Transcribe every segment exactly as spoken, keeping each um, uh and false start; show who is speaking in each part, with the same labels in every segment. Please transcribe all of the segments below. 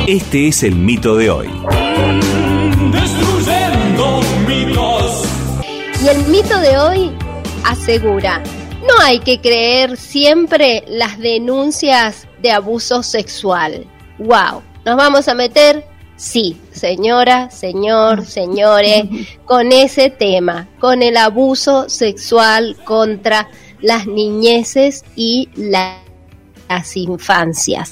Speaker 1: Este es el mito de hoy.
Speaker 2: Destruyendo mitos.
Speaker 3: Y el mito de hoy asegura: no hay que creer siempre las denuncias de abuso sexual. ¡Wow! ¿Nos vamos a meter? Sí, señora, señor, señores, con ese tema, con el abuso sexual contra las niñeces y la las infancias.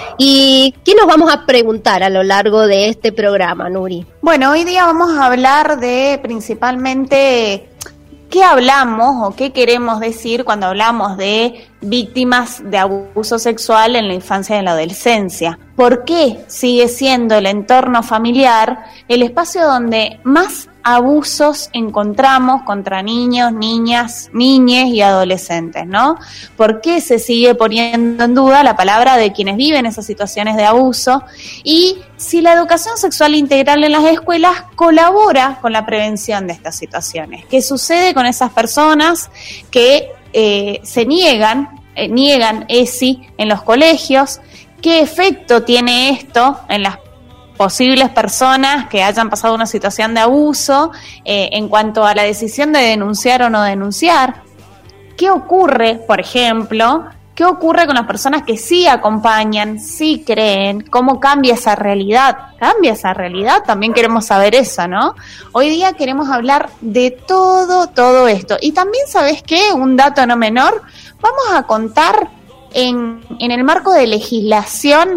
Speaker 3: ¿Y qué nos vamos a preguntar a lo largo de este programa, Nuri?
Speaker 4: Bueno, hoy día vamos a hablar de principalmente qué hablamos o qué queremos decir cuando hablamos de víctimas de abuso sexual en la infancia y en la adolescencia. ¿Por qué sigue siendo el entorno familiar el espacio donde más abusos encontramos contra niños, niñas, niñes y adolescentes, ¿no? ¿Por qué se sigue poniendo en duda la palabra de quienes viven esas situaciones de abuso? Y si la educación sexual integral en las escuelas colabora con la prevención de estas situaciones. ¿Qué sucede con esas personas que eh, se niegan, eh, niegan E S I en los colegios? ¿Qué efecto tiene esto en las posibles personas que hayan pasado una situación de abuso eh, en cuanto a la decisión de denunciar o no denunciar? ¿Qué ocurre, por ejemplo, qué ocurre con las personas que sí acompañan, sí creen? ¿Cómo cambia esa realidad? ¿Cambia esa realidad? También queremos saber eso, ¿no? Hoy día queremos hablar de todo, todo esto. Y también, ¿sabes qué? Un dato no menor, vamos a contar en, en el marco de legislación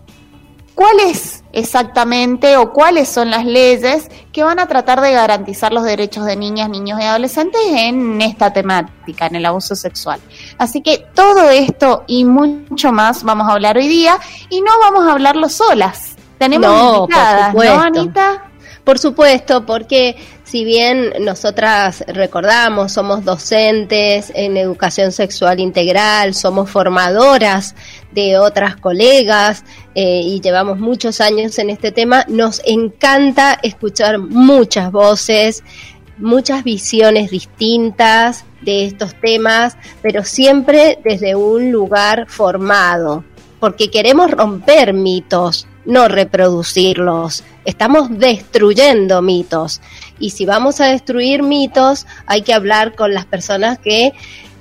Speaker 4: cuál es exactamente o cuáles son las leyes que van a tratar de garantizar los derechos de niñas, niños y adolescentes en esta temática, en el abuso sexual. Así que todo esto y mucho más vamos a hablar hoy día, y no vamos a hablarlo solas. Tenemos
Speaker 3: no,
Speaker 4: invitadas,
Speaker 3: por
Speaker 4: ¿no, Anita?
Speaker 3: Por supuesto, porque si bien nosotras recordamos, somos docentes en educación sexual integral, somos formadoras de otras colegas eh, y llevamos muchos años en este tema, nos encanta escuchar muchas voces, muchas visiones distintas de estos temas, pero siempre desde un lugar formado, porque queremos romper mitos, no reproducirlos. Estamos destruyendo mitos, y si vamos a destruir mitos hay que hablar con las personas que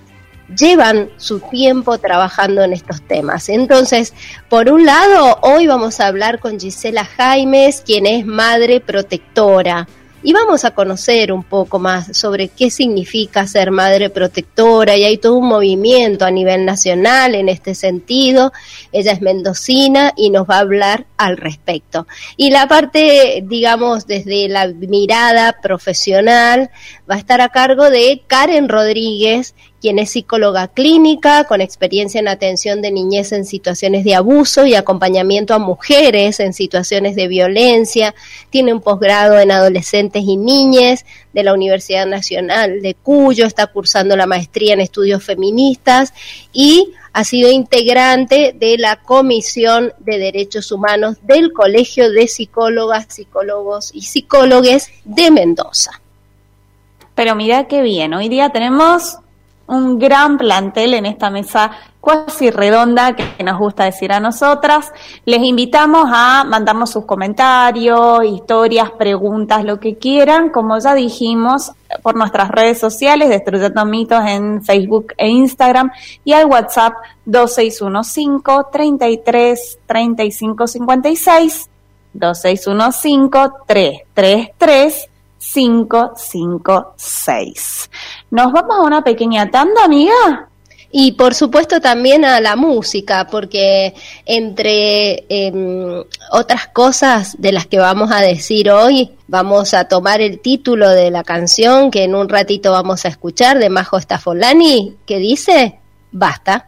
Speaker 3: llevan su tiempo trabajando en estos temas. Entonces, por un lado, hoy vamos a hablar con Gisela Jaimes, quien es madre protectora, y vamos a conocer un poco más sobre qué significa ser madre protectora, y hay todo un movimiento a nivel nacional en este sentido. Ella es mendocina y nos va a hablar al respecto. Y la parte, digamos, desde la mirada profesional, va a estar a cargo de Karen Rodríguez, quien es psicóloga clínica con experiencia en atención de niñez en situaciones de abuso y acompañamiento a mujeres en situaciones de violencia. Tiene un posgrado en adolescentes y niñez de la Universidad Nacional de Cuyo, está cursando la maestría en estudios feministas y ha sido integrante de la Comisión de Derechos Humanos del Colegio de Psicólogas, Psicólogos y Psicólogues de Mendoza.
Speaker 4: Pero mira qué bien, hoy día tenemos un gran plantel en esta mesa cuasi redonda que nos gusta decir a nosotras. Les invitamos a mandarnos sus comentarios, historias, preguntas, lo que quieran, como ya dijimos, por nuestras redes sociales, Destruyendo Mitos en Facebook e Instagram, y al WhatsApp dos seis uno cinco, treinta y tres, treinta y cinco cincuenta y seis, dos seis uno cinco, tres tres tres, cinco cinco seis. ¿Nos vamos a una pequeña tanda, amiga?
Speaker 3: Y por supuesto también a la música, porque entre eh, otras cosas de las que vamos a decir hoy, vamos a tomar el título de la canción que en un ratito vamos a escuchar de Majo Stafolani, que dice Basta.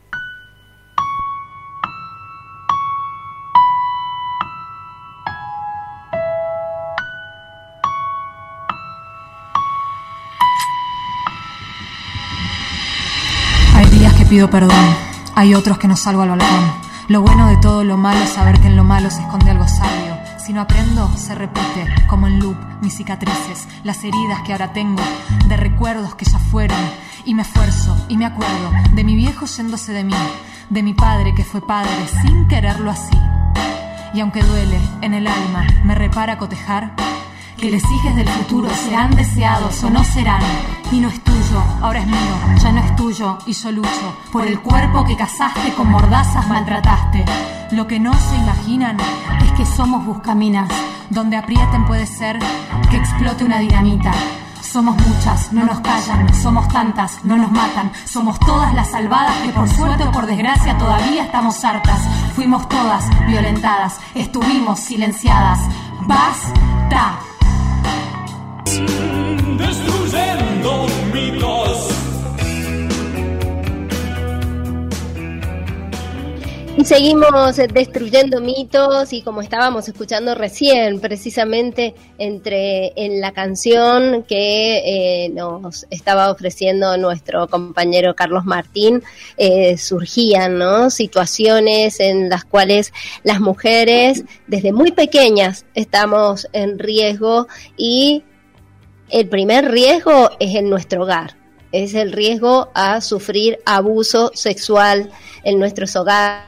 Speaker 5: Pido perdón, hay otros que no salgo al balcón. Lo bueno de todo lo malo es saber que en lo malo se esconde algo sabio. Si no aprendo, se repite, como en loop, mis cicatrices, las heridas que ahora tengo, de recuerdos que ya fueron. Y me esfuerzo, y me acuerdo, de mi viejo yéndose de mí, de mi padre que fue padre sin quererlo así. Y aunque duele en el alma, me repara cotejar que les hijes del futuro serán deseados o no serán. Y no es tuyo, ahora es mío, ya no es tuyo. Y yo lucho por el cuerpo que cazaste, con mordazas maltrataste. Lo que no se imaginan es que somos buscaminas. Donde aprieten puede ser que explote una dinamita. Somos muchas, no nos callan, somos tantas, no nos matan. Somos todas las salvadas que por suerte o por desgracia todavía estamos hartas. Fuimos todas violentadas, estuvimos silenciadas. ¡Basta!
Speaker 2: Destruyendo mitos.
Speaker 3: Y seguimos destruyendo mitos, y como estábamos escuchando recién, precisamente entre en la canción que eh, nos estaba ofreciendo nuestro compañero Carlos Martín, eh, surgían, ¿no?, situaciones en las cuales las mujeres desde muy pequeñas estamos en riesgo, y el primer riesgo es en nuestro hogar, es el riesgo a sufrir abuso sexual en nuestros hogares,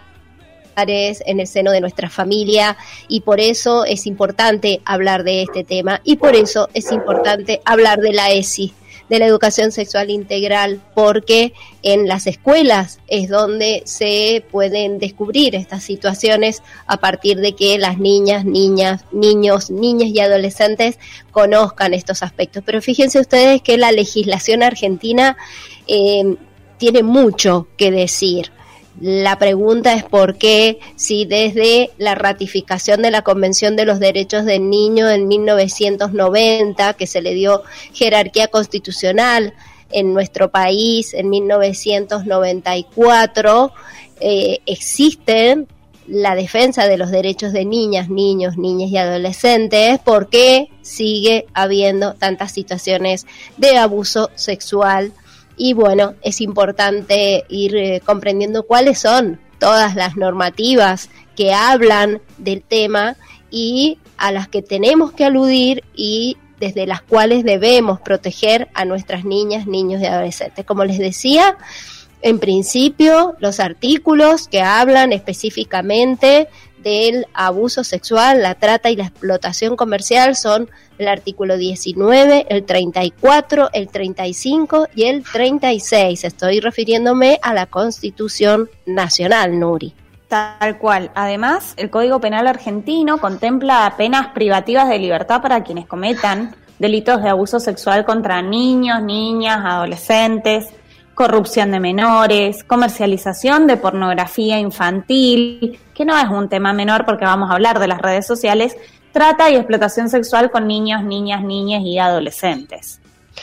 Speaker 3: en el seno de nuestra familia, y por eso es importante hablar de este tema, y por eso es importante hablar de la E S I, de la educación sexual integral, porque en las escuelas es donde se pueden descubrir estas situaciones a partir de que las niñas, niñas, niños, niñas y adolescentes conozcan estos aspectos. Pero fíjense ustedes que la legislación argentina eh, tiene mucho que decir. La pregunta es por qué, si desde la ratificación de la Convención de los Derechos del Niño en mil novecientos noventa, que se le dio jerarquía constitucional en nuestro país en mil novecientos noventa y cuatro, eh, existe la defensa de los derechos de niñas, niños, niñas y adolescentes, ¿por qué sigue habiendo tantas situaciones de abuso sexual? Y bueno, es importante ir eh, comprendiendo cuáles son todas las normativas que hablan del tema y a las que tenemos que aludir y desde las cuales debemos proteger a nuestras niñas, niños y adolescentes. Como les decía, en principio, los artículos que hablan específicamente del abuso sexual, la trata y la explotación comercial son el artículo diecinueve, el treinta y cuatro, el treinta y cinco y el treinta y seis. Estoy refiriéndome a la Constitución Nacional, Nuri.
Speaker 4: Tal cual. Además, el Código Penal argentino contempla penas privativas de libertad para quienes cometan delitos de abuso sexual contra niños, niñas, adolescentes, corrupción de menores, comercialización de pornografía infantil, que no es un tema menor porque vamos a hablar de las redes sociales, trata y explotación sexual con niños, niñas, niñas y adolescentes.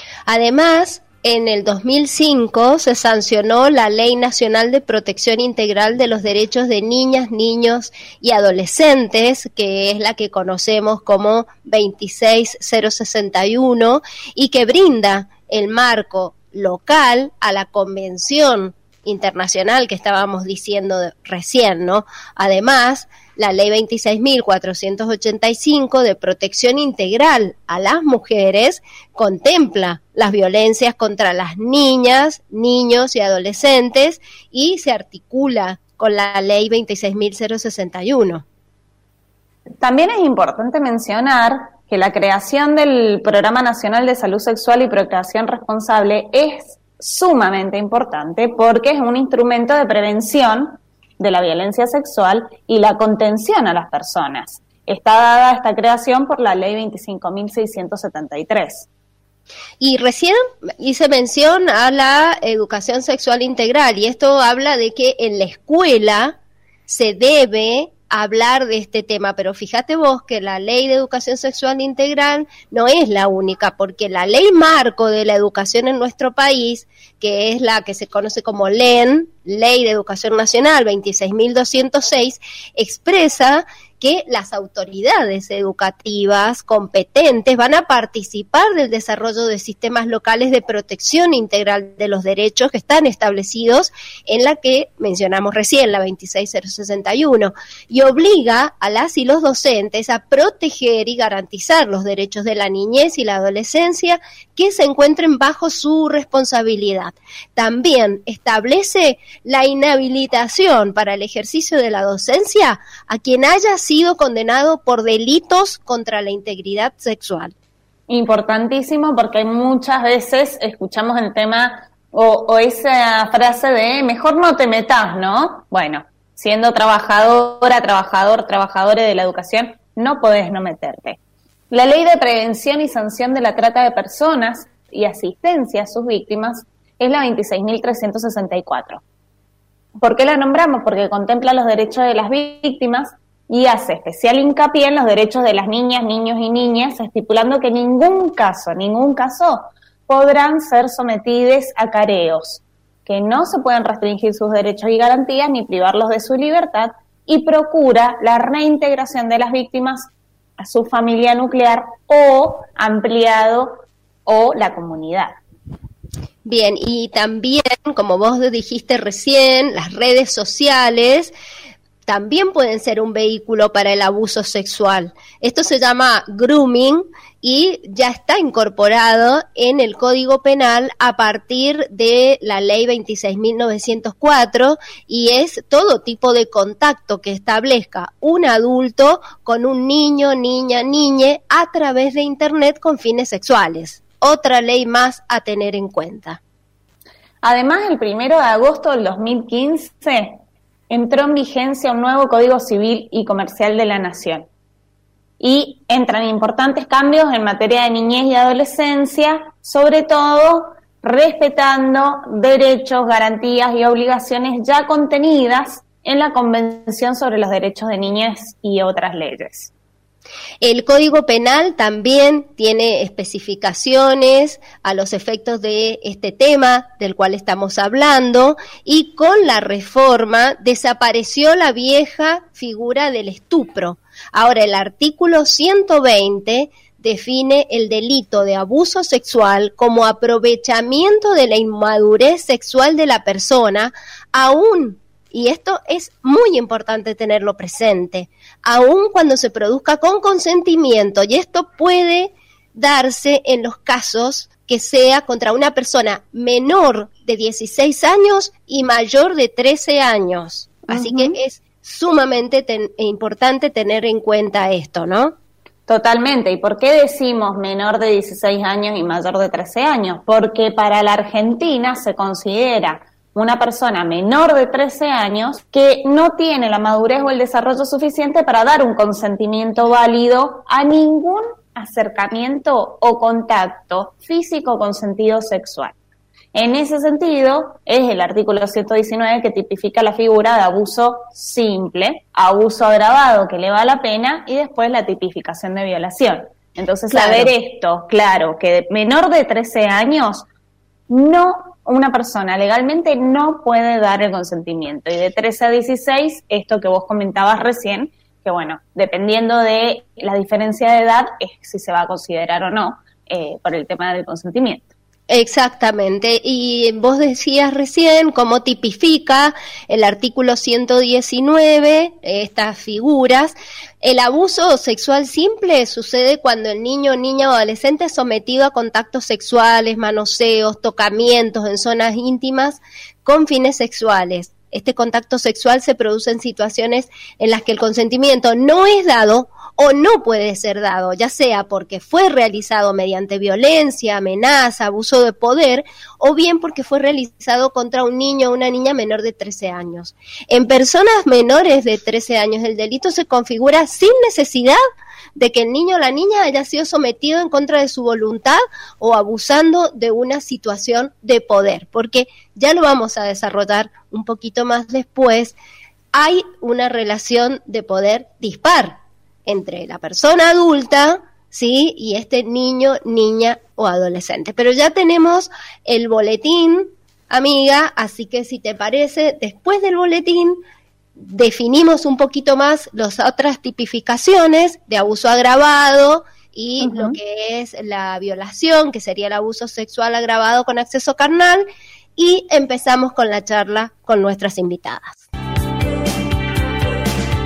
Speaker 3: Además, en el dos mil cinco se sancionó la Ley Nacional de Protección Integral de los Derechos de Niñas, Niños y Adolescentes, que es la que conocemos como veintiséis mil sesenta y uno, y que brinda el marco local a la Convención Internacional que estábamos diciendo de, recién, ¿no? Además, la Ley veintiséis mil cuatrocientos ochenta y cinco de protección integral a las mujeres contempla las violencias contra las niñas, niños y adolescentes y se articula con la Ley veintiséis mil sesenta y uno.
Speaker 4: También es importante mencionar que la creación del Programa Nacional de Salud Sexual y Procreación Responsable es sumamente importante porque es un instrumento de prevención de la violencia sexual y la contención a las personas. Está dada esta creación por la Ley veinticinco mil seiscientos setenta y tres.
Speaker 3: Y recién hice mención a la educación sexual integral, y esto habla de que en la escuela se debe hablar de este tema, pero fíjate vos que la Ley de Educación Sexual Integral no es la única, porque la Ley Marco de la Educación en nuestro país, que es la que se conoce como L E N, Ley de Educación Nacional veintiséis mil doscientos seis, expresa que las autoridades educativas competentes van a participar del desarrollo de sistemas locales de protección integral de los derechos que están establecidos en la que mencionamos recién, la veintiséis mil sesenta y uno, y obliga a las y los docentes a proteger y garantizar los derechos de la niñez y la adolescencia que se encuentren bajo su responsabilidad. También establece la inhabilitación para el ejercicio de la docencia a quien haya sido condenado por delitos contra la integridad sexual.
Speaker 4: Importantísimo, porque muchas veces escuchamos el tema o, o esa frase de mejor no te metas, ¿no? Bueno, siendo trabajadora, trabajador, trabajadora de la educación, no podés no meterte. La Ley de Prevención y Sanción de la Trata de Personas y Asistencia a sus Víctimas es la veintiséis mil trescientos sesenta y cuatro. ¿Por qué la nombramos? Porque contempla los derechos de las víctimas y hace especial hincapié en los derechos de las niñas, niños y niñas, estipulando que en ningún caso, ningún caso, podrán ser sometidos a careos, que no se pueden restringir sus derechos y garantías ni privarlos de su libertad, y procura la reintegración de las víctimas a su familia nuclear o ampliado o la comunidad.
Speaker 3: Bien, y también, como vos dijiste recién, las redes sociales también pueden ser un vehículo para el abuso sexual. Esto se llama grooming y ya está incorporado en el Código Penal a partir de la Ley veintiséis mil novecientos cuatro, y es todo tipo de contacto que establezca un adulto con un niño, niña, niñe a través de Internet con fines sexuales. Otra ley más a tener en cuenta.
Speaker 4: Además, el primero de agosto del dos mil quince entró en vigencia un nuevo Código Civil y Comercial de la Nación. Y entran importantes cambios en materia de niñez y adolescencia, sobre todo respetando derechos, garantías y obligaciones ya contenidas en la Convención sobre los Derechos de Niñez y otras leyes.
Speaker 3: El Código Penal también tiene especificaciones a los efectos de este tema del cual estamos hablando, y con la reforma desapareció la vieja figura del estupro. Ahora el artículo ciento veinte define el delito de abuso sexual como aprovechamiento de la inmadurez sexual de la persona, aún, y esto es muy importante tenerlo presente, aun cuando se produzca con consentimiento, y esto puede darse en los casos que sea contra una persona menor de dieciséis años y mayor de trece años. Así uh-huh. que es sumamente ten- importante tener en cuenta esto, ¿no?
Speaker 4: Totalmente. ¿Y por qué decimos menor de dieciséis años y mayor de trece años? Porque para la Argentina se considera una persona menor de trece años que no tiene la madurez o el desarrollo suficiente para dar un consentimiento válido a ningún acercamiento o contacto físico con sentido sexual. En ese sentido, es el artículo ciento diecinueve que tipifica la figura de abuso simple, abuso agravado que eleva la pena y después la tipificación de violación. Entonces, claro. Saber esto, claro, que menor de trece años no... una persona legalmente no puede dar el consentimiento. Y de trece a dieciséis, esto que vos comentabas recién, que bueno, dependiendo de la diferencia de edad, es si se va a considerar o no eh, por el tema del consentimiento.
Speaker 3: Exactamente, y vos decías recién cómo tipifica el artículo ciento diecinueve estas figuras. El abuso sexual simple sucede cuando el niño, niña o adolescente es sometido a contactos sexuales, manoseos, tocamientos en zonas íntimas con fines sexuales. Este contacto sexual se produce en situaciones en las que el consentimiento no es dado o no puede ser dado, ya sea porque fue realizado mediante violencia, amenaza, abuso de poder, o bien porque fue realizado contra un niño o una niña menor de trece años. En personas menores de trece años, el delito se configura sin necesidad de que el niño o la niña haya sido sometido en contra de su voluntad o abusando de una situación de poder, porque ya lo vamos a desarrollar un poquito más después, hay una relación de poder dispar entre la persona adulta, ¿sí?, y este niño, niña o adolescente. Pero ya tenemos el boletín, amiga, así que si te parece, después del boletín definimos un poquito más las otras tipificaciones de abuso agravado y uh-huh. lo que es la violación, que sería el abuso sexual agravado con acceso carnal, y empezamos con la charla con nuestras invitadas.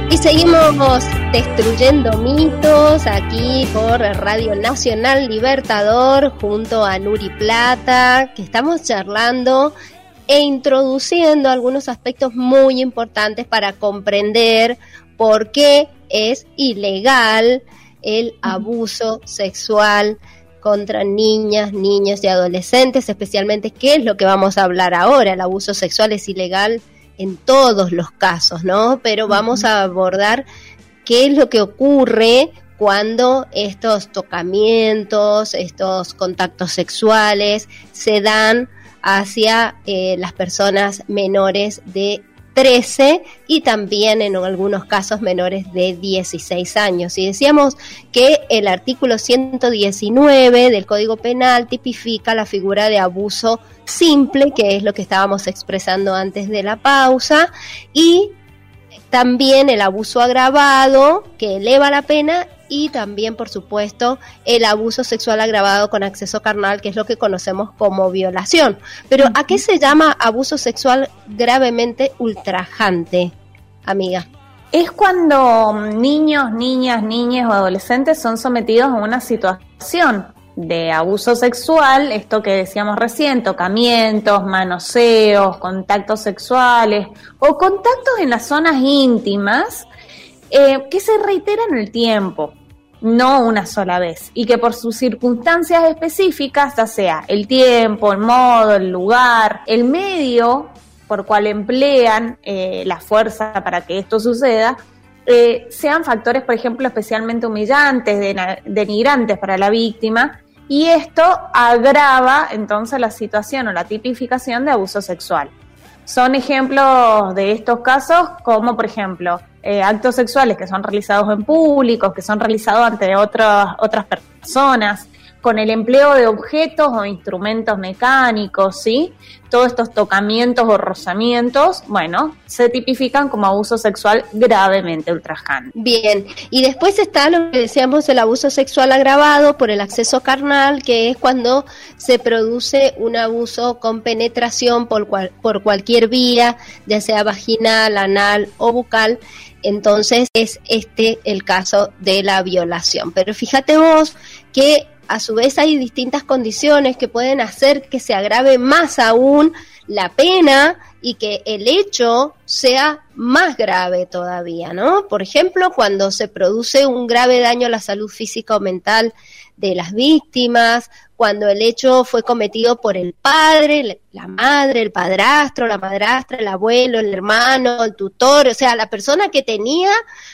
Speaker 3: Y seguimos destruyendo mitos aquí por Radio Nacional Libertador junto a Nuri Plata, que estamos charlando e introduciendo algunos aspectos muy importantes para comprender por qué es ilegal el abuso sexual contra niñas, niños y adolescentes, especialmente qué es lo que vamos a hablar ahora. El abuso sexual es ilegal en todos los casos, ¿no? Pero vamos a abordar qué es lo que ocurre cuando estos tocamientos, estos contactos sexuales se dan hacia eh, las personas menores de trece y también en algunos casos menores de dieciséis años. Y decíamos que el artículo ciento diecinueve del Código Penal tipifica la figura de abuso simple, que es lo que estábamos expresando antes de la pausa, y también el abuso agravado, que eleva la pena, y también, por supuesto, el abuso sexual agravado con acceso carnal, que es lo que conocemos como violación. Pero, ¿a qué se llama abuso sexual gravemente ultrajante, amiga?
Speaker 4: Es cuando niños, niñas, niñas o adolescentes son sometidos a una situación de abuso sexual, esto que decíamos recién, tocamientos, manoseos, contactos sexuales o contactos en las zonas íntimas eh, que se reiteran en el tiempo, no una sola vez, y que por sus circunstancias específicas, ya sea el tiempo, el modo, el lugar, el medio por cual emplean eh, la fuerza para que esto suceda, eh, sean factores, por ejemplo, especialmente humillantes, denigrantes para la víctima, y esto agrava entonces la situación o la tipificación de abuso sexual. Son ejemplos de estos casos como, por ejemplo, eh, actos sexuales que son realizados en público, que son realizados ante otras, otras personas, con el empleo de objetos o instrumentos mecánicos, ¿sí? Todos estos tocamientos o rozamientos, bueno, se tipifican como abuso sexual gravemente ultrajante.
Speaker 3: Bien, y después está lo que decíamos, el abuso sexual agravado por el acceso carnal, que es cuando se produce un abuso con penetración por, cual, por cualquier vía, ya sea vaginal, anal o bucal. Entonces es este el caso de la violación. Pero fíjate vos que a su vez hay distintas condiciones que pueden hacer que se agrave más aún la pena y que el hecho sea más grave todavía, ¿no? Por ejemplo, cuando se produce un grave daño a la salud física o mental de las víctimas, cuando el hecho fue cometido por el padre, la madre, el padrastro, la madrastra, el abuelo, el hermano, el tutor, o sea, la persona que tenía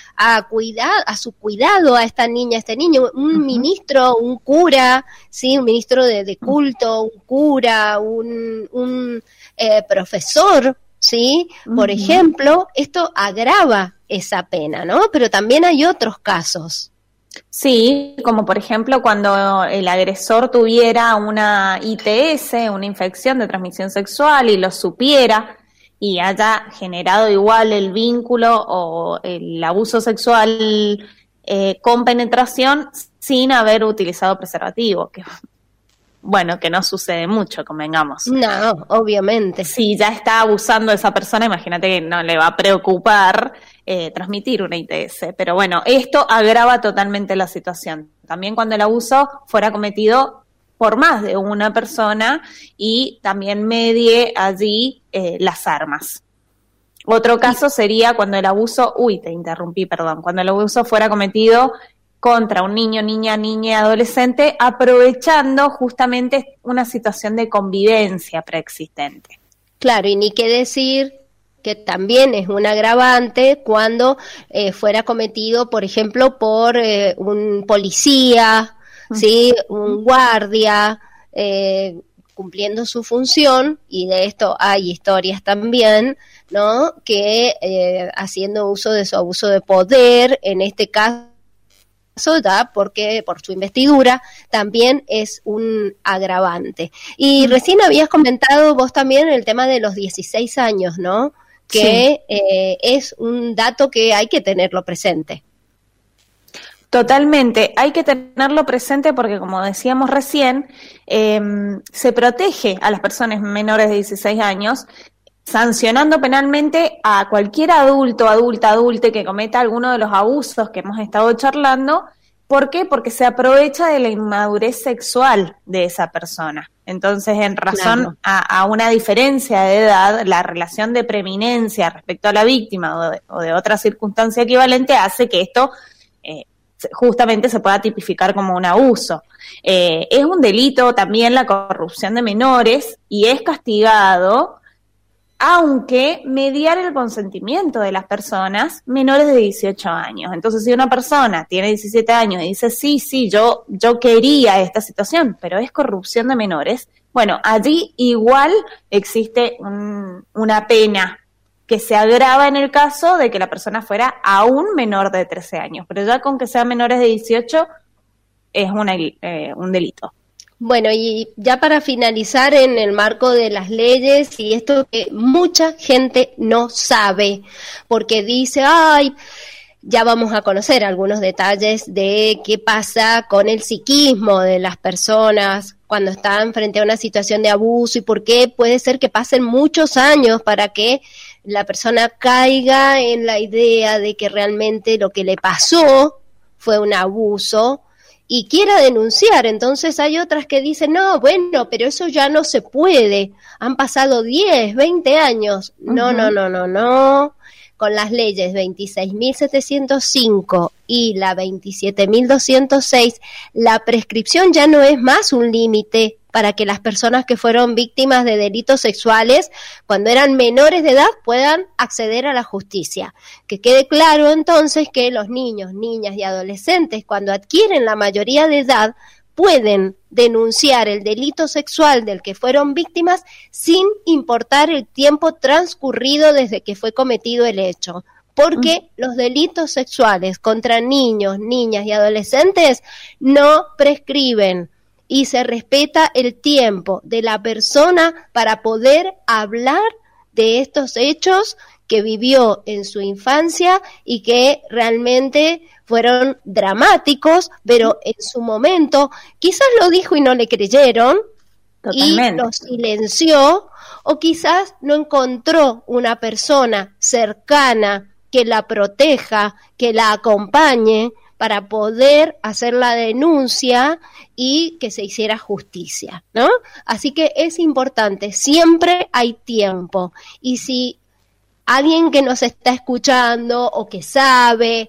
Speaker 3: a cuidar, a su cuidado a esta niña, a este niño, un uh-huh. ministro, un cura, sí, un ministro de, de culto, un cura, un, un eh, profesor, sí, uh-huh. por ejemplo, esto agrava esa pena, ¿no? Pero también hay otros casos.
Speaker 4: Sí, como por ejemplo cuando el agresor tuviera una I T S, una infección de transmisión sexual, y lo supiera, y haya generado igual el vínculo o el abuso sexual eh, con penetración sin haber utilizado preservativo, que bueno, que no sucede mucho, convengamos.
Speaker 3: No, obviamente.
Speaker 4: Si ya está abusando de esa persona, imagínate que no le va a preocupar eh, transmitir una I T S. Pero bueno, esto agrava totalmente la situación. También cuando el abuso fuera cometido por más de una persona y también medie allí eh, las armas. Otro caso sería cuando el abuso, uy, te interrumpí, perdón, cuando el abuso fuera cometido contra un niño, niña, niña, adolescente, aprovechando justamente una situación de convivencia preexistente.
Speaker 3: Claro, y ni qué decir que también es un agravante cuando eh, fuera cometido, por ejemplo, por eh, un policía, ¿sí? Un guardia eh, cumpliendo su función, y de esto hay historias también, ¿no? Que eh, haciendo uso de su abuso de poder, en este caso, da porque por su investidura también es un agravante. Y recién habías comentado vos también el tema de los dieciséis años, ¿no? Que sí. eh, es un dato que hay que tenerlo presente.
Speaker 4: Totalmente, hay que tenerlo presente porque, como decíamos recién, eh, se protege a las personas menores de dieciséis años sancionando penalmente a cualquier adulto, adulta, adulte que cometa alguno de los abusos que hemos estado charlando. ¿Por qué? Porque se aprovecha de la inmadurez sexual de esa persona. Entonces, en razón claro. a, a una diferencia de edad, la relación de preeminencia respecto a la víctima o de, o de otra circunstancia equivalente hace que esto eh, justamente se pueda tipificar como un abuso. Eh, es un delito también la corrupción de menores y es castigado, aunque mediar el consentimiento de las personas menores de dieciocho años. Entonces, si una persona tiene diecisiete años y dice, sí, sí, yo, yo quería esta situación, pero es corrupción de menores, bueno, allí igual existe un, una pena que se agrava en el caso de que la persona fuera aún menor de trece años, pero ya con que sean menores de dieciocho es una, eh, un delito.
Speaker 3: Bueno, y ya para finalizar en el marco de las leyes y esto que mucha gente no sabe, porque dice, ay, ya vamos a conocer algunos detalles de qué pasa con el psiquismo de las personas cuando están frente a una situación de abuso y por qué puede ser que pasen muchos años para que la persona caiga en la idea de que realmente lo que le pasó fue un abuso y quiera denunciar. Entonces hay otras que dicen, no, bueno, pero eso ya no se puede, han pasado diez, veinte años. No, uh-huh. no, no, no, no. Con las leyes veintiséis mil setecientos cinco y la veintisiete mil doscientos seis, la prescripción ya no es más un límite para que las personas que fueron víctimas de delitos sexuales cuando eran menores de edad puedan acceder a la justicia. Que quede claro entonces que los niños, niñas y adolescentes cuando adquieren la mayoría de edad pueden denunciar el delito sexual del que fueron víctimas sin importar el tiempo transcurrido desde que fue cometido el hecho. Porque uh-huh. los delitos sexuales contra niños, niñas y adolescentes no prescriben y se respeta el tiempo de la persona para poder hablar de estos hechos que vivió en su infancia y que realmente fueron dramáticos, pero en su momento quizás lo dijo y no le creyeron. Totalmente. Y lo silenció, o quizás no encontró una persona cercana que la proteja, que la acompañe para poder hacer la denuncia y que se hiciera justicia, ¿no? Así que es importante, siempre hay tiempo, y si alguien que nos está escuchando o que sabe,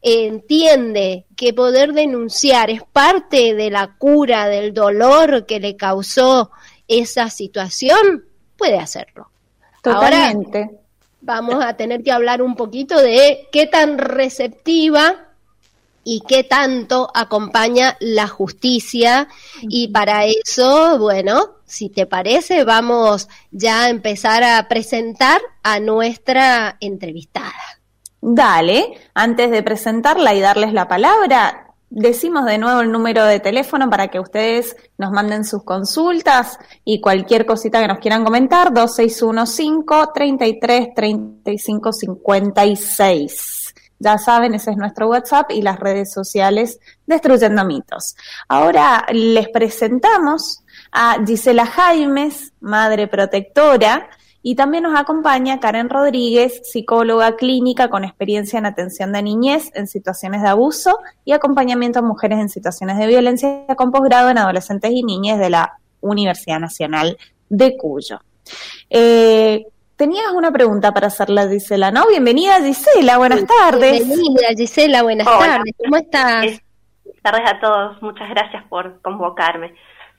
Speaker 3: entiende que poder denunciar es parte de la cura del dolor que le causó esa situación, puede hacerlo.
Speaker 4: Totalmente.
Speaker 3: Ahora vamos a tener que hablar un poquito de qué tan receptiva y qué tanto acompaña la justicia, y para eso, bueno, si te parece, vamos ya a empezar a presentar a nuestra entrevistada.
Speaker 4: Dale, antes de presentarla y darles la palabra, decimos de nuevo el número de teléfono para que ustedes nos manden sus consultas y cualquier cosita que nos quieran comentar, dos seis uno cinco, treinta y tres, treinta y cinco, cincuenta y seis. Ya saben, ese es nuestro WhatsApp y las redes sociales Destruyendo Mitos. Ahora les presentamos a Gisela Jaimes, madre protectora, y también nos acompaña Karen Rodríguez, psicóloga clínica con experiencia en atención de niñez en situaciones de abuso y acompañamiento a mujeres en situaciones de violencia con posgrado en adolescentes y niñez de la Universidad Nacional de Cuyo. Eh, Tenías una pregunta para hacerla, Gisela, ¿no? Bienvenida, Gisela, buenas tardes.
Speaker 3: Bienvenida, Gisela, buenas Hola. tardes. ¿Cómo estás?
Speaker 6: Buenas tardes a todos, muchas gracias por convocarme.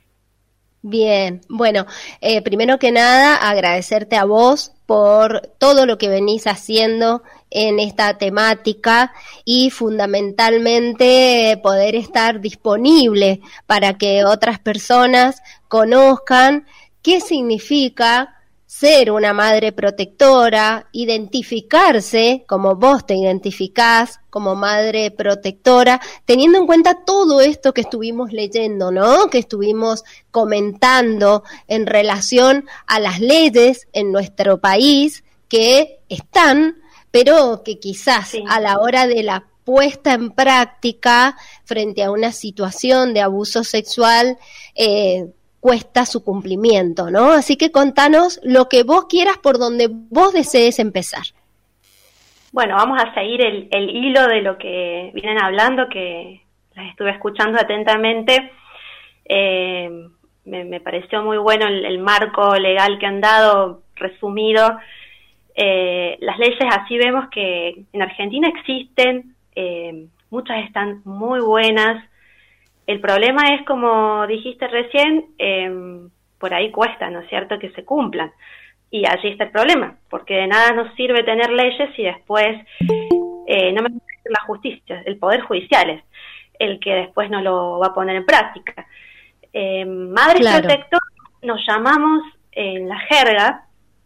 Speaker 3: Bien, bueno, eh, primero que nada agradecerte a vos por todo lo que venís haciendo en esta temática y fundamentalmente poder estar disponible para que otras personas conozcan qué significa ser una madre protectora, identificarse como vos te identificás como madre protectora, teniendo en cuenta todo esto que estuvimos leyendo, ¿no? Que estuvimos comentando en relación a las leyes en nuestro país que están, pero que quizás sí. a la hora de la puesta en práctica frente a una situación de abuso sexual, eh, cuesta su cumplimiento, ¿no? Así que contanos lo que vos quieras por donde vos desees empezar.
Speaker 6: Bueno, vamos a seguir el, el hilo de lo que vienen hablando, que las estuve escuchando atentamente. Eh, me, me pareció muy bueno el, el marco legal que han dado, resumido. Eh, las leyes, así vemos que en Argentina existen, eh, muchas están muy buenas. El problema es, como dijiste recién, eh, por ahí cuesta, ¿no es cierto?, que se cumplan. Y allí está el problema, porque de nada nos sirve tener leyes y después eh, no me parece la justicia, el Poder Judicial es el que después no lo va a poner en práctica. Eh, Madres
Speaker 3: Claro.
Speaker 6: Protectoras nos llamamos en la jerga,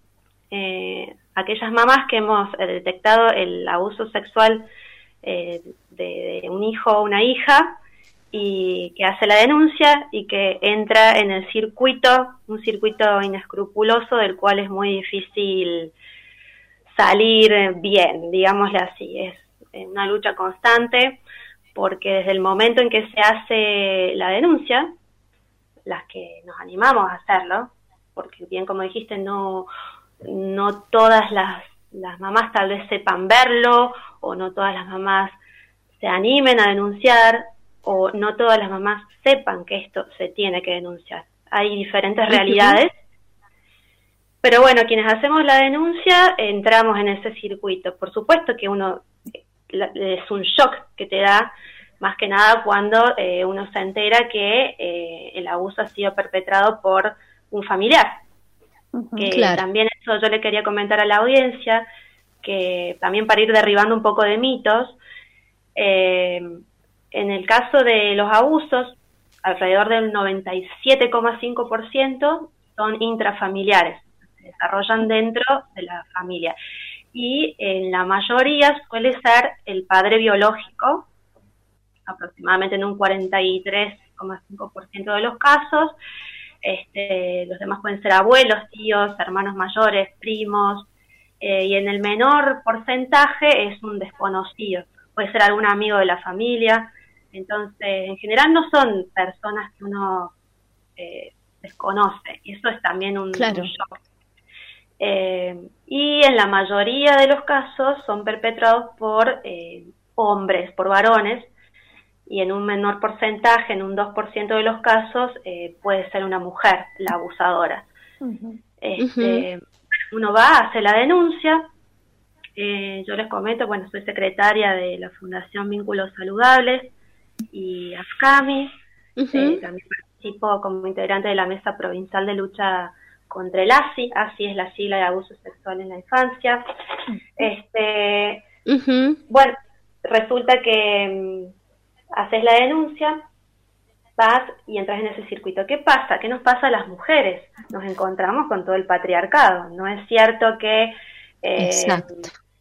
Speaker 6: eh, aquellas mamás que hemos eh, detectado el abuso sexual eh, de, de un hijo o una hija, y que hace la denuncia y que entra en el circuito, un circuito inescrupuloso del cual es muy difícil salir bien, digámosle así. Es una lucha constante, porque desde el momento en que se hace la denuncia, las que nos animamos a hacerlo, porque bien como dijiste, no, no todas las, las mamás tal vez sepan verlo, o no todas las mamás se animen a denunciar, o no todas las mamás sepan que esto se tiene que denunciar. Hay diferentes realidades, pero bueno, quienes hacemos la denuncia entramos en ese circuito. Por supuesto que uno, es un shock que te da, más que nada cuando eh, uno se entera que eh, el abuso ha sido perpetrado por un familiar. Uh-huh, que claro. También eso yo le quería comentar a la audiencia, que también para ir derribando un poco de mitos, eh, en el caso de los abusos, alrededor del noventa y siete coma cinco por ciento son intrafamiliares, se desarrollan dentro de la familia. Y en la mayoría suele ser el padre biológico, aproximadamente en un cuarenta y tres coma cinco por ciento de los casos. Este, los demás pueden ser abuelos, tíos, hermanos mayores, primos, eh, y en el menor porcentaje es un desconocido, puede ser algún amigo de la familia. Entonces, en general no son personas que uno eh, desconoce, y eso es también un, claro. un shock. Eh, y en la mayoría de los casos son perpetrados por eh, hombres, por varones, y en un menor porcentaje, en un dos por ciento de los casos, eh, puede ser una mujer la abusadora. Uh-huh. Este, uh-huh. Uno va, hace la denuncia. Eh, yo les comento, bueno, soy secretaria de la Fundación Vínculos Saludables y AFCAMI, uh-huh. eh, también participo como integrante de la Mesa Provincial de Lucha contra el A S I, A S I es la sigla de abuso sexual en la infancia. Uh-huh. Este, uh-huh. Bueno, resulta que um, haces la denuncia, vas y entras en ese circuito. ¿Qué pasa? ¿Qué nos pasa a las mujeres? Nos encontramos con todo el patriarcado. No es cierto que eh, Exacto.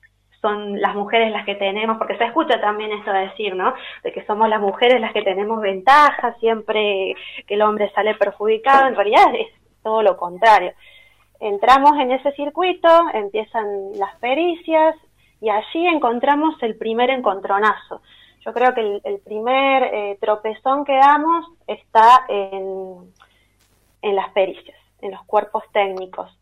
Speaker 6: son las mujeres las que tenemos, porque se escucha también eso de decir, ¿no? De que somos las mujeres las que tenemos ventaja, siempre que el hombre sale perjudicado. En realidad es todo lo contrario. Entramos en ese circuito, empiezan las pericias y allí encontramos el primer encontronazo. Yo creo que el, el primer eh, tropezón que damos está en, en las pericias, en los cuerpos técnicos,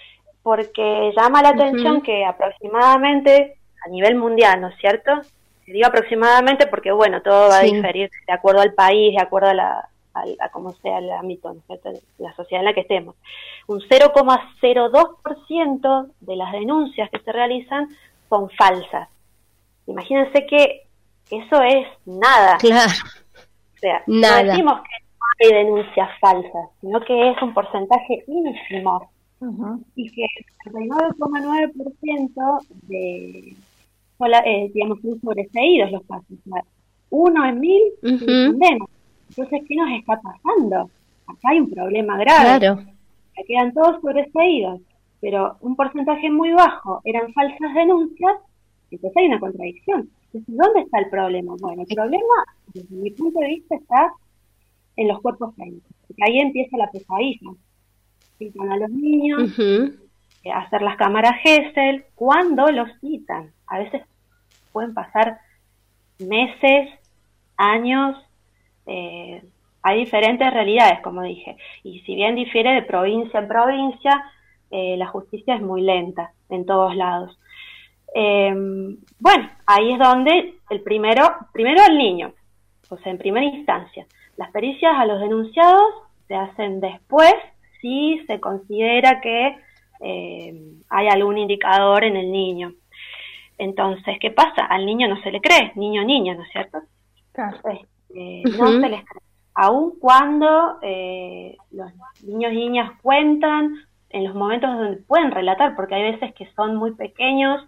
Speaker 6: porque llama la atención uh-huh. que aproximadamente, a nivel mundial, ¿no es cierto? Digo aproximadamente porque, bueno, todo va sí. a diferir de acuerdo al país, de acuerdo a, la, a, a cómo sea el ámbito, ¿no es cierto?, la sociedad en la que estemos. Un cero coma cero dos por ciento de las denuncias que se realizan son falsas. Imagínense que eso es nada.
Speaker 3: Claro.
Speaker 6: O sea,
Speaker 3: nada.
Speaker 6: No decimos que no hay denuncias falsas, sino que es un porcentaje ínfimo. Uh-huh. Y que el treinta y nueve coma nueve por ciento de, eh, digamos, son sobreseídos los casos. O sea, uno en mil uh-huh. respondemos. Entonces, ¿qué nos está pasando? Acá hay un problema grave.
Speaker 3: Claro.
Speaker 6: Se quedan todos sobreseídos, pero un porcentaje muy bajo eran falsas denuncias, entonces hay una contradicción. Entonces, ¿dónde está el problema? Bueno, el problema, desde mi punto de vista, está en los cuerpos técnicos, porque ahí empieza la pesadilla. Citan a los niños, uh-huh. eh, hacer las cámaras Gesell, ¿cuándo los citan? A veces pueden pasar meses, años, eh, hay diferentes realidades, como dije, y si bien difiere de provincia en provincia, eh, la justicia es muy lenta en todos lados. Eh, bueno, ahí es donde el primero, primero el niño, o sea, en primera instancia. Las pericias a los denunciados se hacen después si se considera que eh, hay algún indicador en el niño. Entonces, ¿qué pasa? Al niño no se le cree, niño o niña, ¿no es cierto?
Speaker 4: Claro.
Speaker 6: Eh, no uh-huh. se les cree. Aun cuando eh, los niños y niñas cuentan, en los momentos donde pueden relatar, porque hay veces que son muy pequeños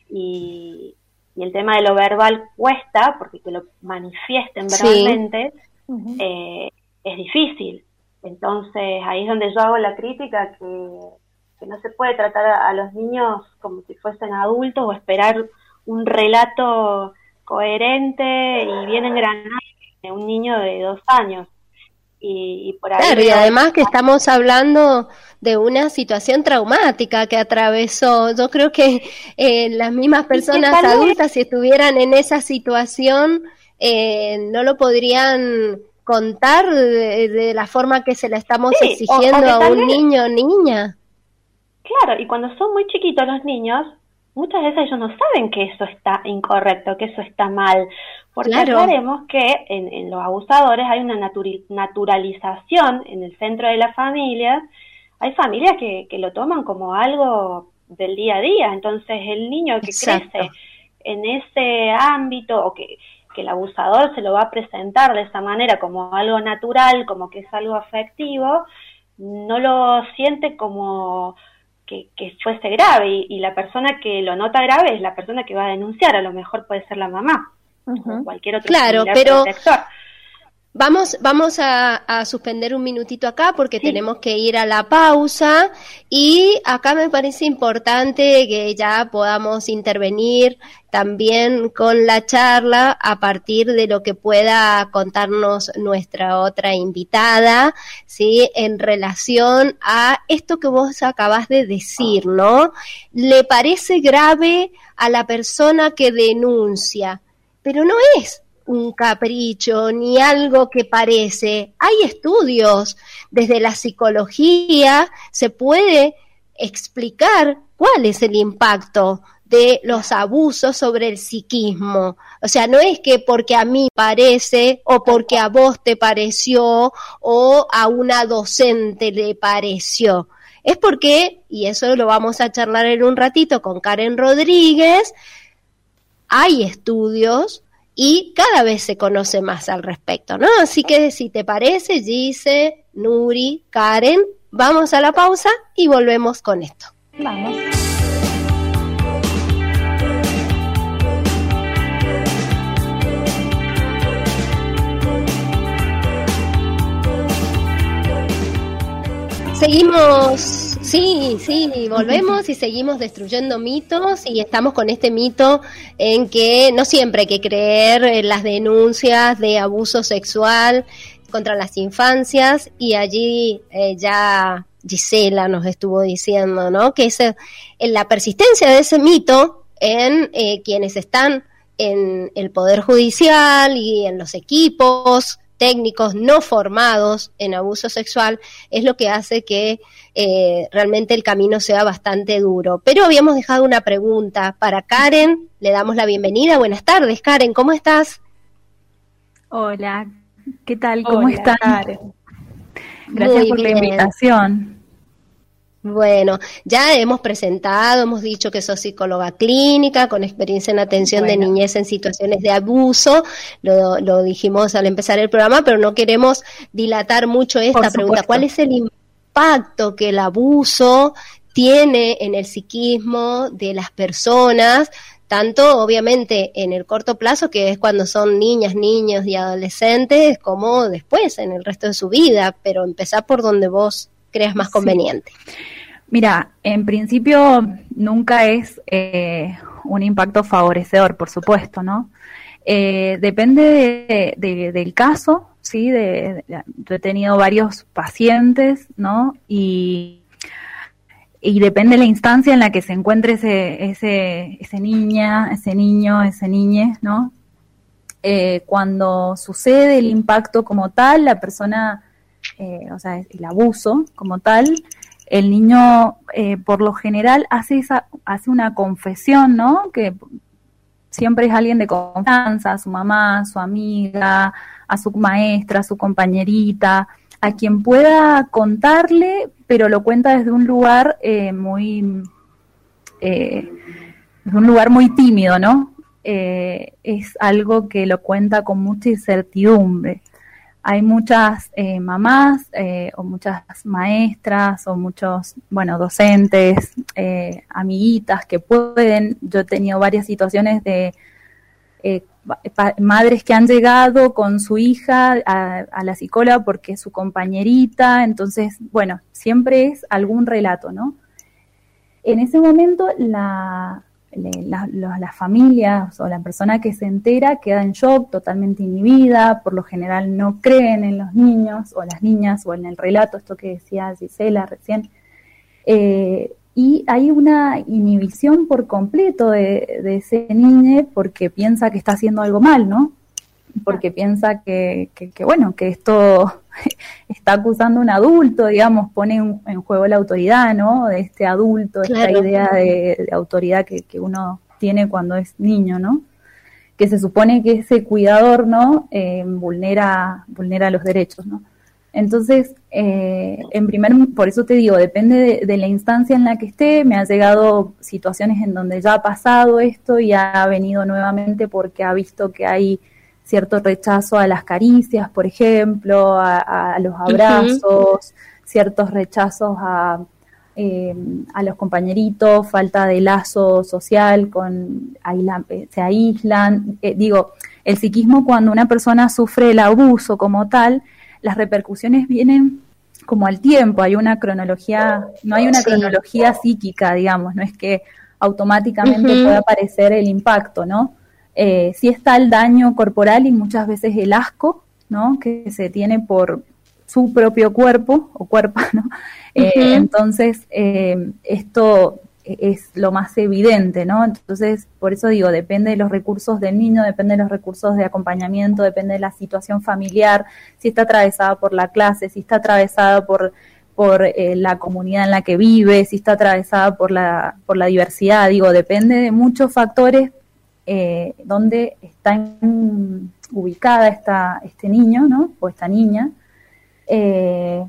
Speaker 6: y, y el tema de lo verbal cuesta, porque que lo manifiesten verbalmente, sí. uh-huh. eh, es difícil. Entonces, ahí es donde yo hago la crítica que, que no se puede tratar a, a los niños como si fuesen adultos o esperar un relato coherente y bien engranado de un niño de dos años. Y, y por ahí
Speaker 3: claro, y además que estamos hablando de una situación traumática que atravesó. Yo creo que eh, las mismas personas adultas, si estuvieran en esa situación, eh, no lo podrían contar de, de la forma que se la estamos sí, exigiendo o, o a un vez, niño o niña.
Speaker 6: Claro, y cuando son muy chiquitos los niños, muchas veces ellos no saben que eso está incorrecto, que eso está mal, porque claro. aclaremos que en, en los abusadores hay una naturi- naturalización en el centro de la familia. Hay familias que, que lo toman como algo del día a día, entonces el niño que Exacto. crece en ese ámbito o que que el abusador se lo va a presentar de esa manera como algo natural, como que es algo afectivo, no lo siente como que, que fuese grave, y, y la persona que lo nota grave es la persona que va a denunciar, a lo mejor puede ser la mamá, uh-huh. o cualquier otro
Speaker 3: claro, pero
Speaker 6: protector.
Speaker 3: Vamos, vamos a, a suspender un minutito acá porque sí. tenemos que ir a la pausa, y acá me parece importante que ya podamos intervenir también con la charla a partir de lo que pueda contarnos nuestra otra invitada, ¿sí? En relación a esto que vos acabás de decir, ¿no? Le parece grave a la persona que denuncia, pero no es un capricho ni algo que parece. Hay estudios, desde la psicología se puede explicar cuál es el impacto de los abusos sobre el psiquismo. O sea, no es que porque a mí parece o porque a vos te pareció o a una docente le pareció. Es porque, y eso lo vamos a charlar en un ratito con Karen Rodríguez, hay estudios y cada vez se conoce más al respecto, ¿no? Así que si te parece, Gise, Nuri, Karen, vamos a la pausa y volvemos con esto.
Speaker 4: Vamos.
Speaker 3: Seguimos, sí, sí, volvemos y seguimos destruyendo mitos, y estamos con este mito en que no siempre hay que creer en las denuncias de abuso sexual contra las infancias, y allí eh, ya Gisela nos estuvo diciendo, ¿no? Que es en la persistencia de ese mito en eh, quienes están en el Poder Judicial y en los equipos técnicos no formados en abuso sexual, es lo que hace que eh, realmente el camino sea bastante duro. Pero habíamos dejado una pregunta para Karen, le damos la bienvenida. Buenas tardes, Karen, ¿cómo estás?
Speaker 7: Hola, ¿qué tal? ¿Cómo
Speaker 4: Hola,
Speaker 7: están?
Speaker 4: Karen.
Speaker 7: Gracias
Speaker 3: Muy
Speaker 7: por
Speaker 3: bien.
Speaker 7: la invitación.
Speaker 3: Bueno, ya hemos presentado, hemos dicho que sos psicóloga clínica con experiencia en atención bueno. de niñez en situaciones de abuso, lo, lo dijimos al empezar el programa, pero no queremos dilatar mucho esta pregunta. ¿Cuál es el impacto que el abuso tiene en el psiquismo de las personas, tanto obviamente en el corto plazo, que es cuando son niñas, niños y adolescentes, como después en el resto de su vida? Pero empezá por donde vos creas más conveniente.
Speaker 7: Sí. Mira, en principio nunca es eh, un impacto favorecedor, por supuesto, ¿no? Eh, depende de, de, del caso, ¿sí? De, de, yo he tenido varios pacientes, ¿no? Y, y depende de la instancia en la que se encuentre ese, ese, ese niña, ese niño, ese niñe, ¿no? eh, cuando sucede el impacto como tal, la persona, eh, o sea, el abuso como tal, el niño eh, por lo general hace esa, hace una confesión, ¿no? Que siempre es alguien de confianza, a su mamá, a su amiga, a su maestra, a su compañerita, a quien pueda contarle, pero lo cuenta desde un lugar eh, muy, eh, desde un lugar muy tímido, ¿no? Eh, es algo que lo cuenta con mucha incertidumbre. Hay muchas eh, mamás eh, o muchas maestras o muchos, bueno, docentes, eh, amiguitas que pueden. Yo he tenido varias situaciones de eh, pa- madres que han llegado con su hija a, a la psicóloga porque es su compañerita. Entonces, bueno, siempre es algún relato, ¿no? En ese momento la... Las la, la familias o la persona que se entera queda en shock, totalmente inhibida, por lo general no creen en los niños o las niñas o en el relato, esto que decía Gisela recién, eh, y hay una inhibición por completo de, de ese niño porque piensa que está haciendo algo mal, ¿no? Porque piensa que, que, que bueno, que esto está acusando a un adulto, digamos, pone en, en juego la autoridad, ¿no? De este adulto, claro. Esta idea de, de autoridad que, que uno tiene cuando es niño, ¿no? Que se supone que ese cuidador, ¿no? Eh, vulnera, vulnera los derechos, ¿no? Entonces, eh, en primer, por eso te digo, depende de, de la instancia en la que esté. Me ha llegado situaciones en donde ya ha pasado esto y ha venido nuevamente porque ha visto que hay cierto rechazo a las caricias, por ejemplo, a, a los abrazos, uh-huh. ciertos rechazos a, eh, a los compañeritos, falta de lazo social, con aisla, se aíslan. Eh, digo, el psiquismo, cuando una persona sufre el abuso como tal, las repercusiones vienen como al tiempo, hay una cronología, no hay una sí. cronología psíquica, digamos, no es que automáticamente uh-huh. pueda aparecer el impacto, ¿no? Eh, sí está el daño corporal y muchas veces el asco, ¿no? Que se tiene por su propio cuerpo o cuerpo, ¿no? Eh, uh-huh. Entonces, eh, esto es lo más evidente, ¿no? Entonces, por eso digo, depende de los recursos del niño, depende de los recursos de acompañamiento, depende de la situación familiar, si está atravesada por la clase, si está atravesada por por eh, la comunidad en la que vive, si está atravesada por la por la diversidad, digo, depende de muchos factores. Eh, donde está en, ubicada esta, este niño, ¿no? O esta niña. Eh,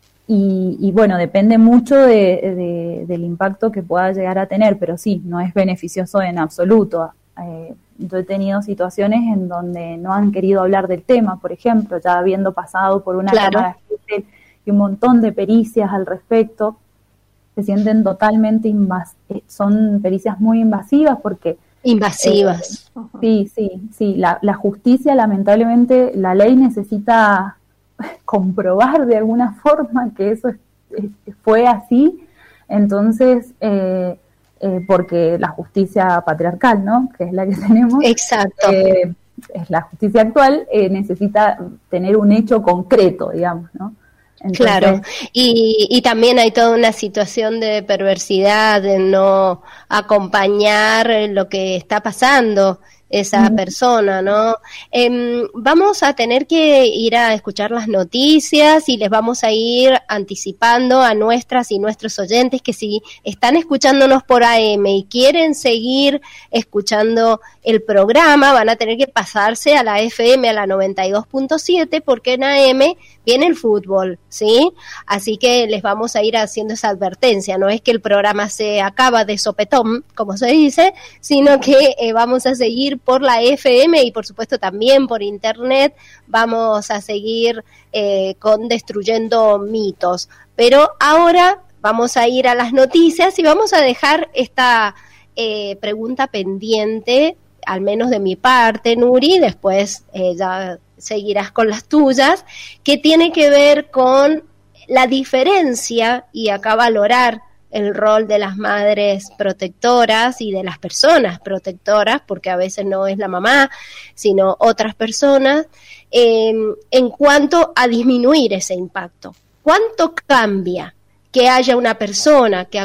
Speaker 7: y, y bueno, depende mucho de, de, del impacto que pueda llegar a tener, pero sí, no es beneficioso en absoluto. Eh, yo he tenido situaciones en donde no han querido hablar del tema, por ejemplo, ya habiendo pasado por una
Speaker 3: claro.
Speaker 7: cámara y un montón de pericias al respecto, se sienten totalmente invas- son pericias muy invasivas porque
Speaker 3: invasivas.
Speaker 7: Eh, sí, sí, sí. La, la justicia, lamentablemente, la ley necesita comprobar de alguna forma que eso es, es, fue así. Entonces, eh, eh, porque la justicia patriarcal, ¿no? Que es la que tenemos.
Speaker 3: Exacto.
Speaker 7: Eh, es la justicia actual, eh, necesita tener un hecho concreto, digamos, ¿no? Entonces,
Speaker 3: claro, y, y también hay toda una situación de perversidad, de no acompañar lo que está pasando esa uh-huh. persona, ¿no? Eh, vamos a tener que ir a escuchar las noticias y les vamos a ir anticipando a nuestras y nuestros oyentes que si están escuchándonos por A M y quieren seguir escuchando el programa, van a tener que pasarse a la F M, a la noventa y dos punto siete, porque en A M viene el fútbol, ¿sí? Así que les vamos a ir haciendo esa advertencia, no es que el programa se acaba de sopetón, como se dice, sino que eh, vamos a seguir por la F M y por supuesto también por internet, vamos a seguir eh, con Destruyendo Mitos. Pero ahora vamos a ir a las noticias y vamos a dejar esta eh, pregunta pendiente, al menos de mi parte, Nuri, después eh, ya seguirás con las tuyas, que tiene que ver con la diferencia, y acá valorar el rol de las madres protectoras y de las personas protectoras, porque a veces no es la mamá, sino otras personas, eh, en cuanto a disminuir ese impacto. ¿Cuánto cambia que haya una persona que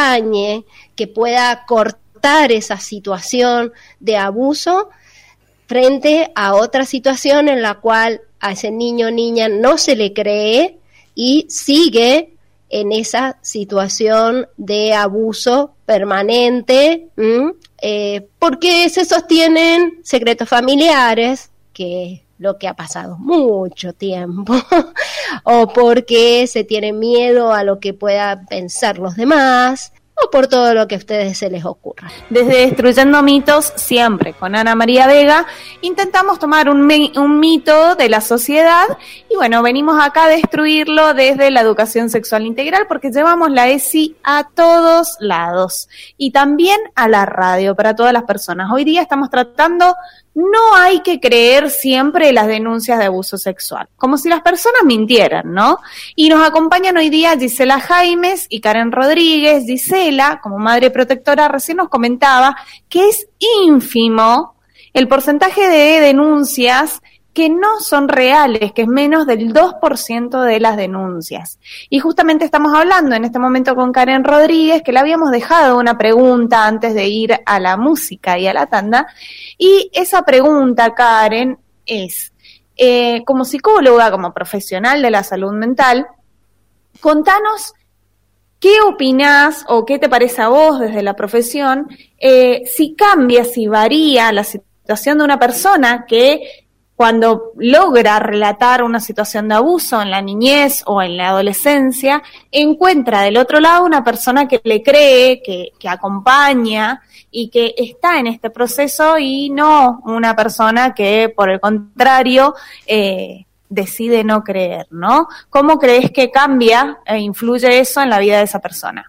Speaker 3: acompañe, que pueda cortar esa situación de abuso, frente a otra situación en la cual a ese niño o niña no se le cree y sigue en esa situación de abuso permanente, ¿m? Eh, porque se sostienen secretos familiares, que es lo que ha pasado mucho tiempo, o porque se tiene miedo a lo que puedan pensar los demás, o por todo lo que a ustedes se les ocurra.
Speaker 4: Desde Destruyendo Mitos, siempre con Ana María Vega, intentamos tomar un, me- un mito de la sociedad y bueno, venimos acá a destruirlo desde la educación sexual integral porque llevamos la E S I a todos lados y también a la radio para todas las personas. Hoy día estamos tratando, no hay que creer siempre las denuncias de abuso sexual, como si las personas mintieran, ¿no? Y nos acompañan hoy día Gisela Jaimes y Karen Rodríguez. Gisela, como madre protectora, recién nos comentaba que es ínfimo el porcentaje de denuncias que no son reales, que es menos del dos por ciento de las denuncias. Y justamente estamos hablando en este momento con Karen Rodríguez, que le habíamos dejado una pregunta antes de ir a la música y a la tanda, y esa pregunta, Karen, es, eh, como psicóloga, como profesional de la salud mental, contanos qué opinás o qué te parece a vos desde la profesión, eh, si cambia, si varía la situación de una persona que cuando logra relatar una situación de abuso en la niñez o en la adolescencia, encuentra del otro lado una persona que le cree, que, que acompaña y que está en este proceso y no una persona que, por el contrario, eh, decide no creer, ¿no? ¿Cómo crees que cambia e influye eso en la vida de esa persona?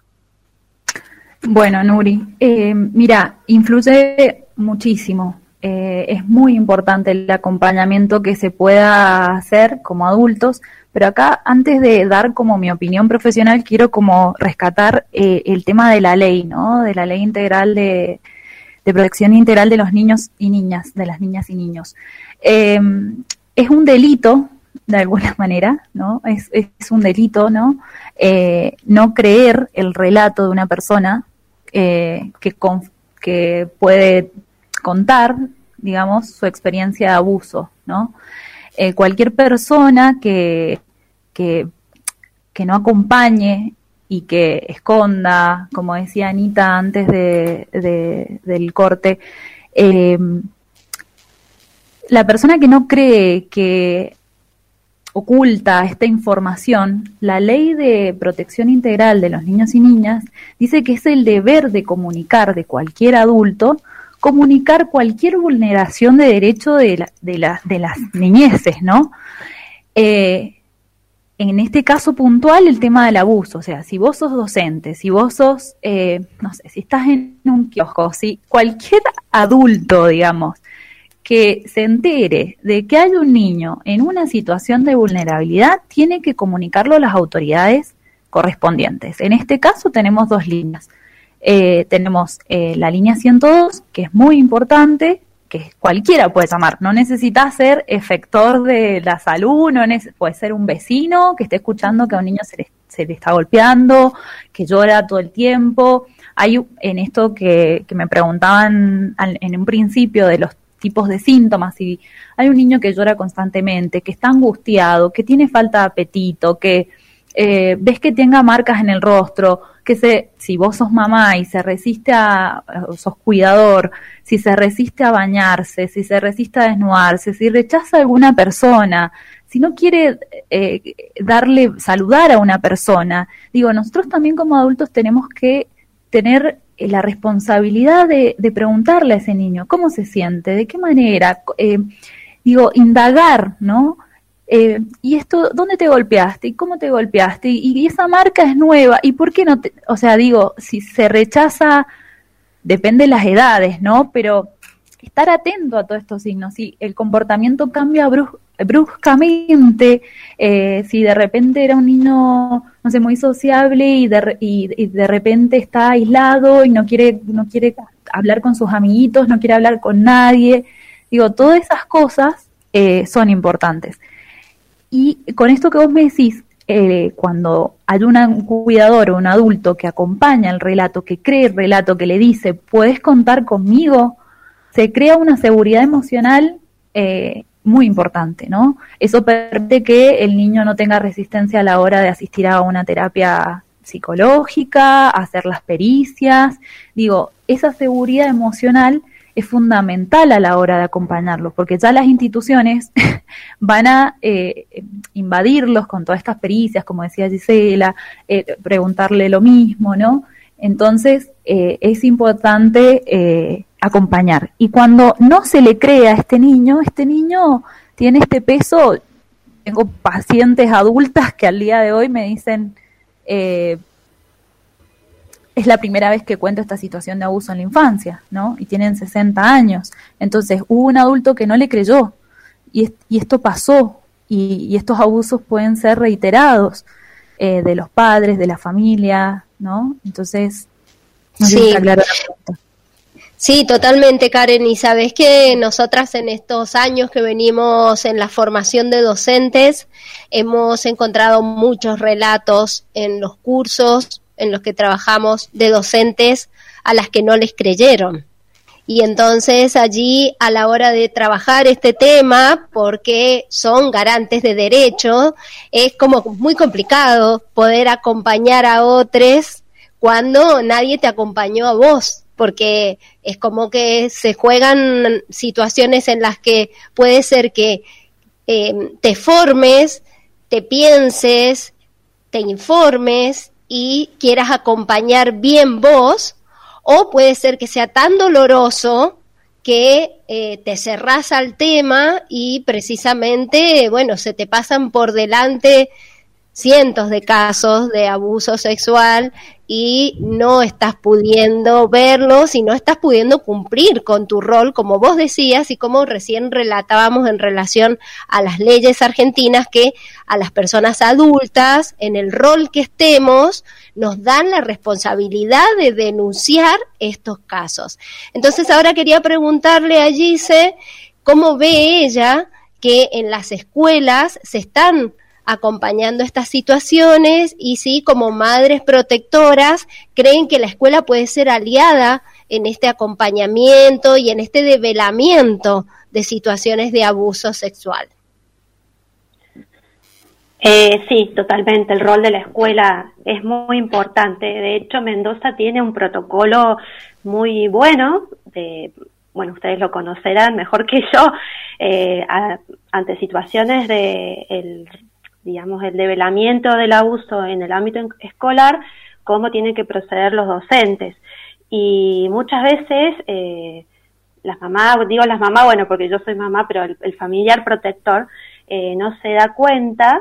Speaker 7: Bueno, Nuri, eh, mira, influye muchísimo. Eh, es muy importante el acompañamiento que se pueda hacer como adultos, pero acá, antes de dar como mi opinión profesional, quiero como rescatar eh, el tema de la ley, ¿no? De la ley integral de, de protección integral de los niños y niñas, de las niñas y niños. Eh, es un delito, de alguna manera, ¿no? Es, es un delito, ¿no? Eh, no creer el relato de una persona eh, que, con, que puede contar, digamos, su experiencia de abuso, ¿no? Eh, cualquier persona que, que, que no acompañe y que esconda, como decía Anita antes de, de, del corte, eh, la persona que no cree, que oculta esta información, la Ley de Protección Integral de los Niños y Niñas dice que es el deber de comunicar de cualquier adulto, comunicar cualquier vulneración de derecho de, la, de, la, de las niñeces, ¿no? Eh, en este caso puntual, el tema del abuso, o sea, si vos sos docente, si vos sos, eh, no sé, si estás en un kiosco, si cualquier adulto, digamos, que se entere de que hay un niño en una situación de vulnerabilidad, tiene que comunicarlo a las autoridades correspondientes. En este caso tenemos dos líneas. Eh, tenemos eh, la línea ciento dos, que es muy importante, que cualquiera puede llamar, no necesitas ser efector de la salud, no neces- puede ser un vecino que esté escuchando que a un niño se le, se le está golpeando, que llora todo el tiempo. Hay en esto que, que me preguntaban al, en un principio de los tipos de síntomas, si hay un niño que llora constantemente, que está angustiado, que tiene falta de apetito, que eh, ves que tenga marcas en el rostro, que se, si vos sos mamá y se resiste a, sos cuidador, si se resiste a bañarse, si se resiste a desnudarse, si rechaza a alguna persona, si no quiere eh, darle, saludar a una persona, digo, nosotros también como adultos tenemos que tener la responsabilidad de, de preguntarle a ese niño cómo se siente, de qué manera, eh, digo, indagar, ¿no? Eh, y esto, ¿dónde te golpeaste? ¿Y cómo te golpeaste? Y, y esa marca es nueva, ¿y por qué no te...? O sea, digo, si se rechaza, depende de las edades, ¿no? Pero estar atento a todos estos signos, si el comportamiento cambia brus- bruscamente, eh, si de repente era un niño, no sé, muy sociable y de, y, y de repente está aislado y no quiere, no quiere hablar con sus amiguitos, no quiere hablar con nadie, digo, todas esas cosas eh, son importantes. Y con esto que vos me decís, eh, cuando hay una, un cuidador o un adulto que acompaña el relato, que cree el relato, que le dice, ¿puedes contar conmigo? se crea una seguridad emocional eh, muy importante, ¿no? Eso permite que el niño no tenga resistencia a la hora de asistir a una terapia psicológica, a hacer las pericias. Digo, esa seguridad emocional es fundamental a la hora de acompañarlos, porque ya las instituciones van a eh, invadirlos con todas estas pericias, como decía Gisela, eh, preguntarle lo mismo, ¿no? Entonces, eh, es importante eh, acompañar. Y cuando no se le cree a este niño, este niño tiene este peso. Tengo pacientes adultas que al día de hoy me dicen, eh, es la primera vez que cuento esta situación de abuso en la infancia, ¿no? Y tienen sesenta años. Entonces, hubo un adulto que no le creyó, y, y esto pasó, y, y estos abusos pueden ser reiterados eh, de los padres, de la familia, ¿no? Entonces, no sé si está claro la pregunta.
Speaker 3: Sí, totalmente, Karen. Y sabes que nosotras en estos años que venimos en la formación de docentes, hemos encontrado muchos relatos en los cursos en los que trabajamos de docentes a las que no les creyeron. Y entonces allí, a la hora de trabajar este tema, porque son garantes de derecho, es como muy complicado poder acompañar a otros cuando nadie te acompañó a vos, porque es como que se juegan situaciones en las que puede ser que eh, te formes, te pienses, te informes y quieras acompañar bien vos, o puede ser que sea tan doloroso que eh, te cerrás al tema y precisamente, bueno, se te pasan por delante cientos de casos de abuso sexual y no estás pudiendo verlos y no estás pudiendo cumplir con tu rol, como vos decías y como recién relatábamos en relación a las leyes argentinas, que a las personas adultas, en el rol que estemos, nos dan la responsabilidad de denunciar estos casos. Entonces ahora quería preguntarle a Gise cómo ve ella que en las escuelas se están acompañando estas situaciones y si como madres protectoras creen que la escuela puede ser aliada en este acompañamiento y en este develamiento de situaciones de abuso sexual.
Speaker 6: Eh, sí, totalmente. El rol de la escuela es muy importante. De hecho, Mendoza tiene un protocolo muy bueno, de, bueno, ustedes lo conocerán mejor que yo, eh, a, ante situaciones de el digamos, el develamiento del abuso en el ámbito escolar, cómo tienen que proceder los docentes. Y muchas veces, eh, las mamás, digo las mamás, bueno, porque yo soy mamá, pero el, el familiar protector eh, no se da cuenta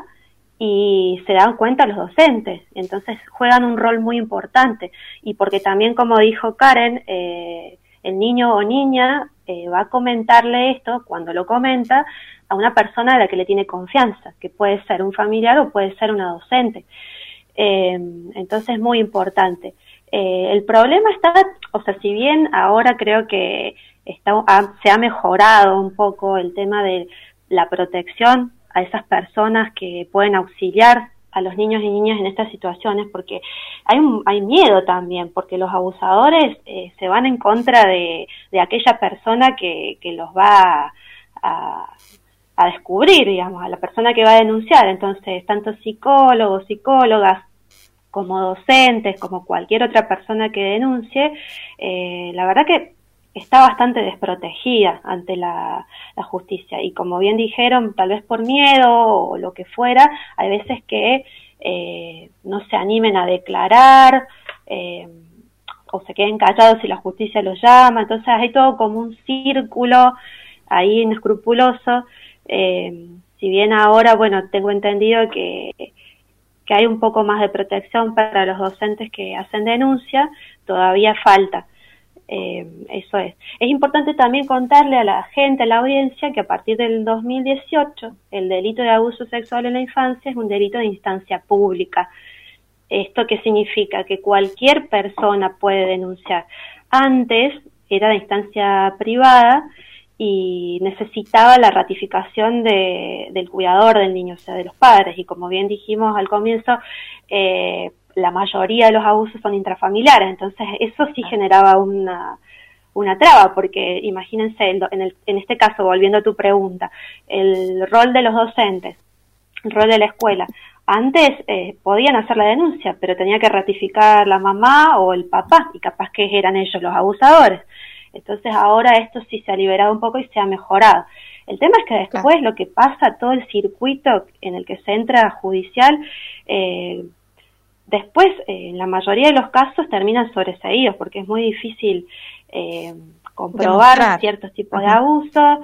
Speaker 6: y se dan cuenta los docentes. Entonces juegan un rol muy importante. Y porque también, como dijo Karen, eh, el niño o niña eh, va a comentarle esto, cuando lo comenta, a una persona a la que le tiene confianza, que puede ser un familiar o puede ser una docente. Eh, entonces es muy importante. Eh, el problema está, o sea, si bien ahora creo que está, ha, se ha mejorado un poco el tema de la protección a esas personas que pueden auxiliar a los niños y niñas en estas situaciones, porque hay un, hay miedo también, porque los abusadores eh, se van en contra de, de aquella persona que, que los va a, a a descubrir, digamos, a la persona que va a denunciar. Entonces, tanto psicólogos, psicólogas, como docentes, como cualquier otra persona que denuncie, eh, la verdad que está bastante desprotegida ante la, la justicia. Y como bien dijeron, tal vez por miedo o lo que fuera, hay veces que eh, no se animen a declarar, eh, o se queden callados si la justicia los llama. Entonces, hay todo como un círculo ahí inescrupuloso. Eh, si bien ahora, bueno, tengo entendido que, que hay un poco más de protección para los docentes que hacen denuncia, todavía falta. Eh, eso es. Es importante también contarle a la gente, a la audiencia, que a partir del dos mil dieciocho el delito de abuso sexual en la infancia es un delito de instancia pública. ¿Esto qué significa? Que cualquier persona puede denunciar. Antes era de instancia privada y necesitaba la ratificación de, del cuidador del niño, o sea, de los padres. Y como bien dijimos al comienzo, eh, la mayoría de los abusos son intrafamiliares, entonces eso sí generaba una, una traba, porque imagínense, el, en, el, en este caso, volviendo a tu pregunta, el rol de los docentes, el rol de la escuela. Antes eh, podían hacer la denuncia, pero tenía que ratificar la mamá o el papá, y capaz que eran ellos los abusadores. Entonces ahora esto sí se ha liberado un poco y se ha mejorado. El tema es que después claro. lo que pasa, todo el circuito en el que se entra judicial, eh, después eh, en la mayoría de los casos terminan sobreseídos, porque es muy difícil eh, comprobar Demostrar. ciertos tipos uh-huh. de abusos,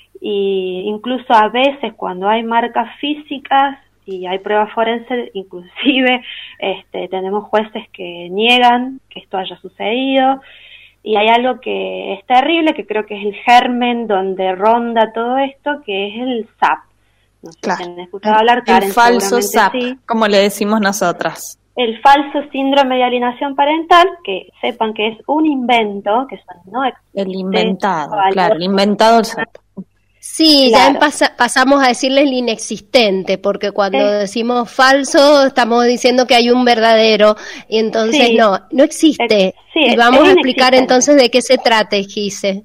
Speaker 6: y incluso a veces cuando hay marcas físicas y hay pruebas forenses, inclusive este, tenemos jueces que niegan que esto haya sucedido. Y hay algo que es terrible, que creo que es el germen donde ronda todo esto, que es el S A P. No sé claro. si han escuchado hablar, Karen,
Speaker 4: el falso S A P,
Speaker 6: sí.
Speaker 4: como le decimos nosotras.
Speaker 6: El falso síndrome de alienación parental, que sepan que es un invento, que son no
Speaker 4: el inventado, claro, el inventado el S A P.
Speaker 3: Sí, claro. ya pasa, pasamos a decirles el inexistente, porque cuando eh. decimos falso estamos diciendo que hay un verdadero, y entonces sí. no, no existe. Eh, sí, y vamos a explicar entonces de qué se trata, Gise.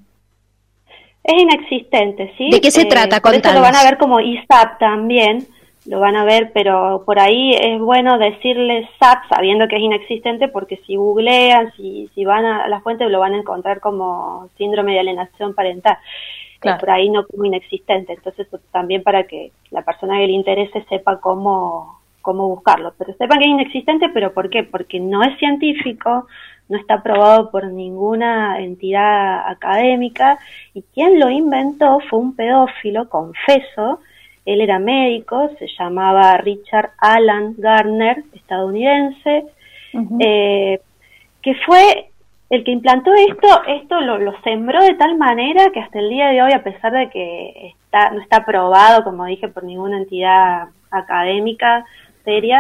Speaker 6: Es inexistente, ¿sí?
Speaker 3: ¿De qué se eh, trata?
Speaker 6: Por eso lo van a ver como I S A P también, lo van a ver, pero por ahí es bueno decirle S A P sabiendo que es inexistente, porque si googlean, si, si van a la fuente, lo van a encontrar como síndrome de alienación parental. Claro. Por ahí no como inexistente, entonces también para que la persona que le interese sepa cómo, cómo buscarlo, pero sepan que es inexistente, pero ¿por qué? Porque no es científico, no está aprobado por ninguna entidad académica, y quien lo inventó fue un pedófilo, confeso. Él era médico, se llamaba Richard Alan Gardner, estadounidense, uh-huh. eh, que fue el que implantó esto, esto lo, lo sembró de tal manera que hasta el día de hoy, a pesar de que está, no está aprobado, como dije, por ninguna entidad académica seria,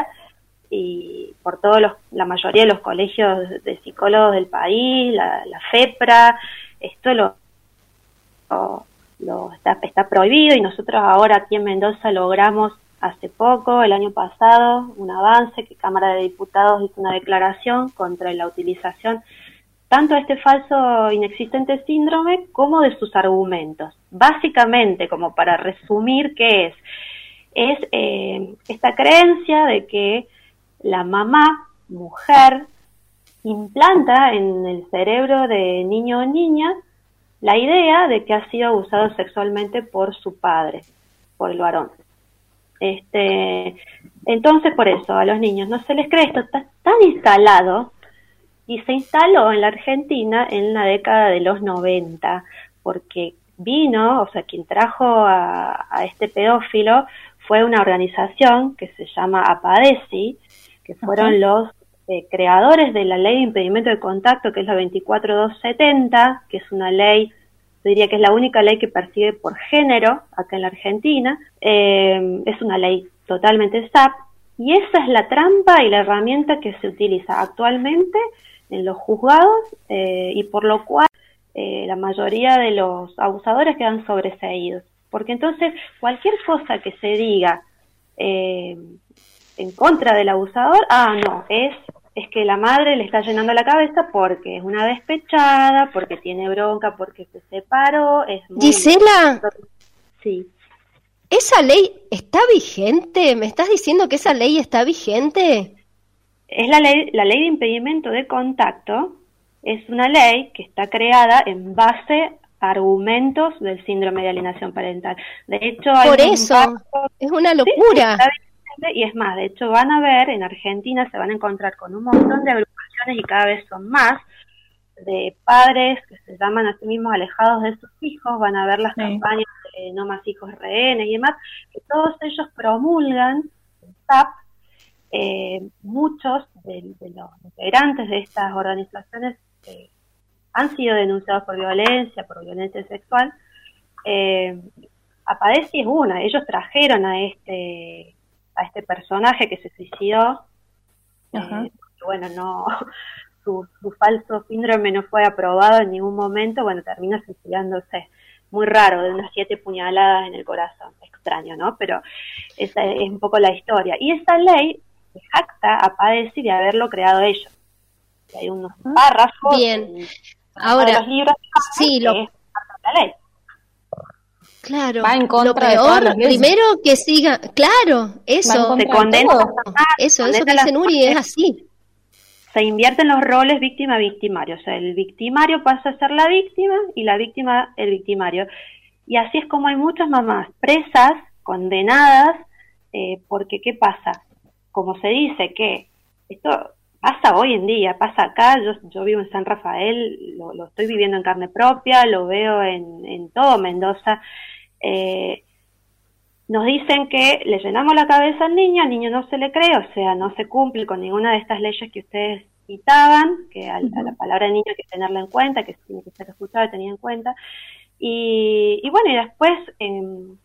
Speaker 6: y por todos los, la mayoría de los colegios de psicólogos del país, la, la FEPRA, esto lo, lo, lo está, está prohibido, y nosotros ahora aquí en Mendoza logramos hace poco, el año pasado, un avance, que Cámara de Diputados hizo una declaración contra la utilización tanto de este falso inexistente síndrome como de sus argumentos. Básicamente, como para resumir qué es, es eh, esta creencia de que la mamá, mujer, implanta en el cerebro de niño o niña la idea de que ha sido abusado sexualmente por su padre, por el varón. Este, entonces, por eso, a los niños no se les cree, esto está tan instalado, y se instaló en la Argentina en la década de los noventa, porque vino, o sea, quien trajo a, a este pedófilo fue una organización que se llama APADESI, que fueron uh-huh. los eh, creadores de la ley de impedimento de contacto, que es la veinticuatro mil doscientos setenta, que es una ley, yo diría que es la única ley que persigue por género acá en la Argentina. Eh, es una ley totalmente S A P, y esa es la trampa y la herramienta que se utiliza actualmente en los juzgados, eh, y por lo cual eh, la mayoría de los abusadores quedan sobreseídos. Porque entonces cualquier cosa que se diga eh, en contra del abusador, ah, no, es, es que la madre le está llenando la cabeza porque es una despechada, porque tiene bronca, porque se separó. Es muy...
Speaker 3: Gisela,
Speaker 6: sí.
Speaker 3: ¿Esa ley está vigente? ¿Me estás diciendo que esa ley está vigente?
Speaker 6: Es la ley, la ley de impedimento de contacto, es una ley que está creada en base a argumentos del síndrome de alienación parental. De hecho, hay
Speaker 3: Por eso, impacto, es una locura.
Speaker 6: Sí, y es más, de hecho van a ver, en Argentina se van a encontrar con un montón de agrupaciones, y cada vez son más, de padres que se llaman a sí mismos alejados de sus hijos, van a ver las sí. campañas de No Más Hijos Rehenes y demás, que todos ellos promulgan el S A P. Eh, muchos de, de los integrantes de estas organizaciones eh, han sido denunciados por violencia, por violencia sexual. Eh, APADESI es una, ellos trajeron a este a este personaje que se suicidó, eh, bueno, no su, su falso síndrome no fue aprobado en ningún momento, bueno, termina suicidándose. Muy raro, de unas siete puñaladas en el corazón, extraño, ¿no? Pero esa es un poco la historia. Y esa ley se jacta a APADESI de haberlo creado ellos. Hay unos párrafos.
Speaker 3: Bien. Ahora,
Speaker 6: de los libros
Speaker 3: sí, lo,
Speaker 6: que es la ley.
Speaker 3: Claro,
Speaker 4: Va en contra
Speaker 3: lo
Speaker 4: de todas
Speaker 3: peor,
Speaker 4: las leyes.
Speaker 3: primero que siga, claro, eso,
Speaker 6: Se condena,
Speaker 3: eso, eso
Speaker 6: condena
Speaker 3: que
Speaker 6: las
Speaker 3: dice Nuri es así.
Speaker 6: Se invierten los roles víctima-victimario, o sea, el victimario pasa a ser la víctima y la víctima el victimario. Y así es como hay muchas mamás presas, condenadas, eh, porque ¿qué pasa? Como se dice que esto pasa hoy en día, pasa acá, yo, yo vivo en San Rafael, lo, lo estoy viviendo en carne propia, lo veo en, en todo Mendoza. Eh, nos dicen que le llenamos la cabeza al niño, al niño no se le cree, o sea, no se cumple con ninguna de estas leyes que ustedes citaban, que a, a la palabra niño hay que tenerla en cuenta, que tiene que ser escuchada y tenida en cuenta. Y, y bueno, y después eh,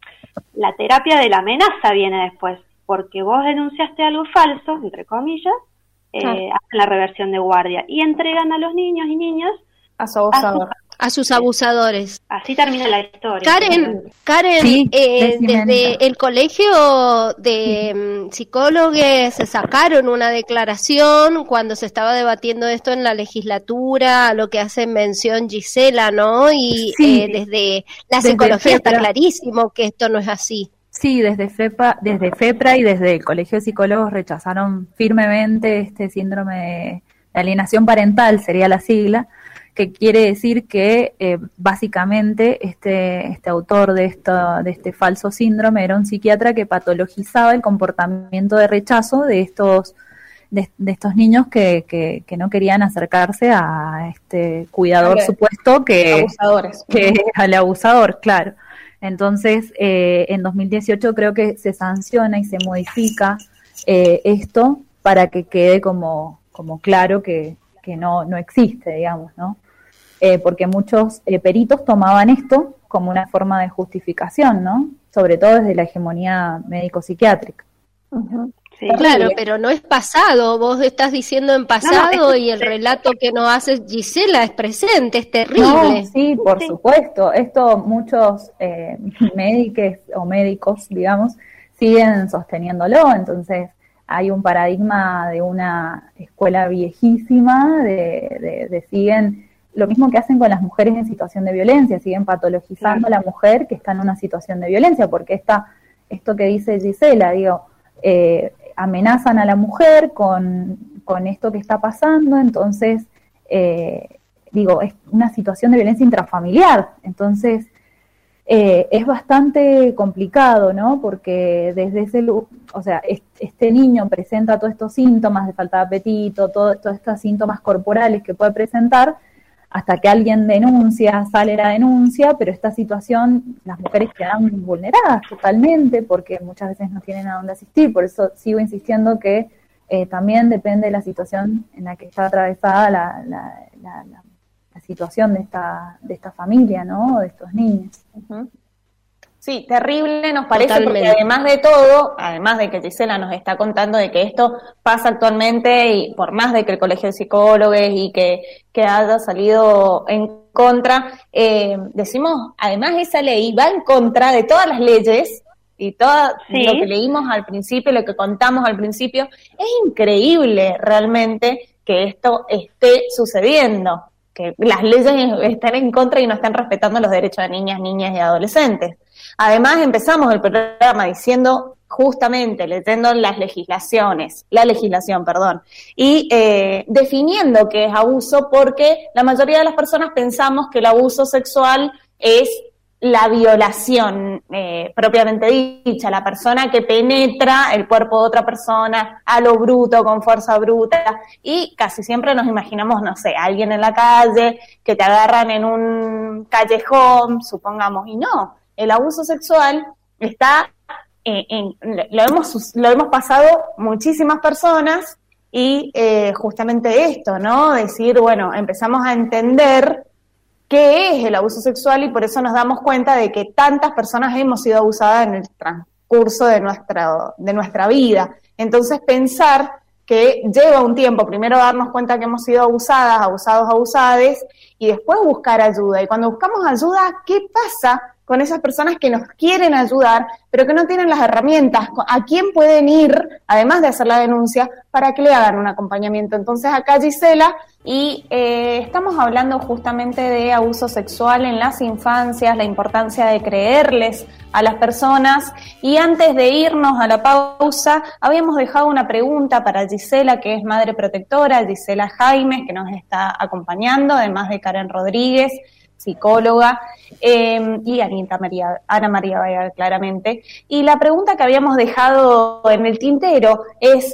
Speaker 6: la terapia de la amenaza viene después, porque vos denunciaste algo falso, entre comillas, eh, ah. hacen la reversión de guardia y entregan a los niños y niñas
Speaker 4: a su abusador.
Speaker 3: A sus abusadores.
Speaker 6: Así termina la historia.
Speaker 3: Karen, Karen
Speaker 7: sí,
Speaker 3: eh, desde el colegio de um, psicólogos se sacaron una declaración cuando se estaba debatiendo esto en la legislatura, a lo que hace mención Gisela, ¿no? Y sí, eh, desde la desde psicología FEPRA. Está clarísimo que esto no es así.
Speaker 7: Sí, desde FEPA, desde FEPRA y desde el Colegio de Psicólogos rechazaron firmemente este síndrome de alienación parental, sería la sigla, que quiere decir que eh, básicamente este este autor de esto, de este falso síndrome era un psiquiatra que patologizaba el comportamiento de rechazo de estos de, de estos niños que, que, que no querían acercarse a este cuidador okay. supuesto que
Speaker 4: abusadores
Speaker 7: que al abusador, claro. Entonces eh, en dos mil dieciocho creo que se sanciona y se modifica eh, esto para que quede como como claro que que no no existe, digamos, ¿no? Eh, porque muchos eh, peritos tomaban esto como una forma de justificación, ¿no? Sobre todo desde la hegemonía médico-psiquiátrica.
Speaker 3: Uh-huh. Sí. Claro, pero no es pasado, vos estás diciendo en pasado no, no, y el relato que nos hace Gisela es presente, es terrible.
Speaker 7: No, sí, por sí. supuesto, esto muchos eh, médicos o médicos, digamos, siguen sosteniéndolo, entonces hay un paradigma de una escuela viejísima, de, de, de siguen, lo mismo que hacen con las mujeres en situación de violencia, siguen patologizando claro. a la mujer que está en una situación de violencia, porque esta, esto que dice Gisela, digo, eh, amenazan a la mujer con, con esto que está pasando, entonces, eh, digo, es una situación de violencia intrafamiliar, entonces, Eh, es bastante complicado, ¿no? Porque desde ese, o sea, este niño presenta todos estos síntomas de falta de apetito, todo, todos estos síntomas corporales que puede presentar, hasta que alguien denuncia, sale la denuncia, pero esta situación, las mujeres quedan vulneradas totalmente, porque muchas veces no tienen a dónde asistir, por eso sigo insistiendo que eh, también depende de la situación en la que está atravesada la, la, la, la la situación de esta de esta familia, ¿no? De estos niños.
Speaker 4: Uh-huh. Sí, terrible nos parece. Totalmente. Porque además de todo, además de que Gisela nos está contando de que esto pasa actualmente y por más de que el Colegio de Psicólogos y que, que haya salido en contra, eh, decimos, además esa ley va en contra de todas las leyes y todo sí. lo que leímos al principio, lo que contamos al principio, es increíble realmente que esto esté sucediendo, que las leyes están en contra y no están respetando los derechos de niñas, niñas y adolescentes. Además, empezamos el programa diciendo, justamente, leyendo las legislaciones, la legislación, perdón, y eh, definiendo qué es abuso, porque la mayoría de las personas pensamos que el abuso sexual es la violación eh, propiamente dicha, la persona que penetra el cuerpo de otra persona a lo bruto, con fuerza bruta, y casi siempre nos imaginamos, no sé, alguien en la calle, que te agarran en un callejón, supongamos, y no, el abuso sexual está, eh, en, lo, hemos, lo hemos pasado muchísimas personas, y eh, justamente esto, ¿no? Decir, bueno, empezamos a entender qué es el abuso sexual y por eso nos damos cuenta de que tantas personas hemos sido abusadas en el transcurso de nuestra, de nuestra vida. Entonces pensar que lleva un tiempo, primero darnos cuenta que hemos sido abusadas, abusados, abusades, y después buscar ayuda. Y cuando buscamos ayuda, ¿qué pasa con esas personas que nos quieren ayudar, pero que no tienen las herramientas. ¿A quién pueden ir, además de hacer la denuncia, para que le hagan un acompañamiento? Entonces acá Gisela, y eh, estamos hablando justamente de abuso sexual en las infancias, la importancia de creerles a las personas, y antes de irnos a la pausa, habíamos dejado una pregunta para Gisela, que es madre protectora, Gisela Jaimes, que nos está acompañando, además de Karen Rodríguez, psicóloga, eh, y Anita María, Ana María Vega, claramente. Y la pregunta que habíamos dejado en el tintero es,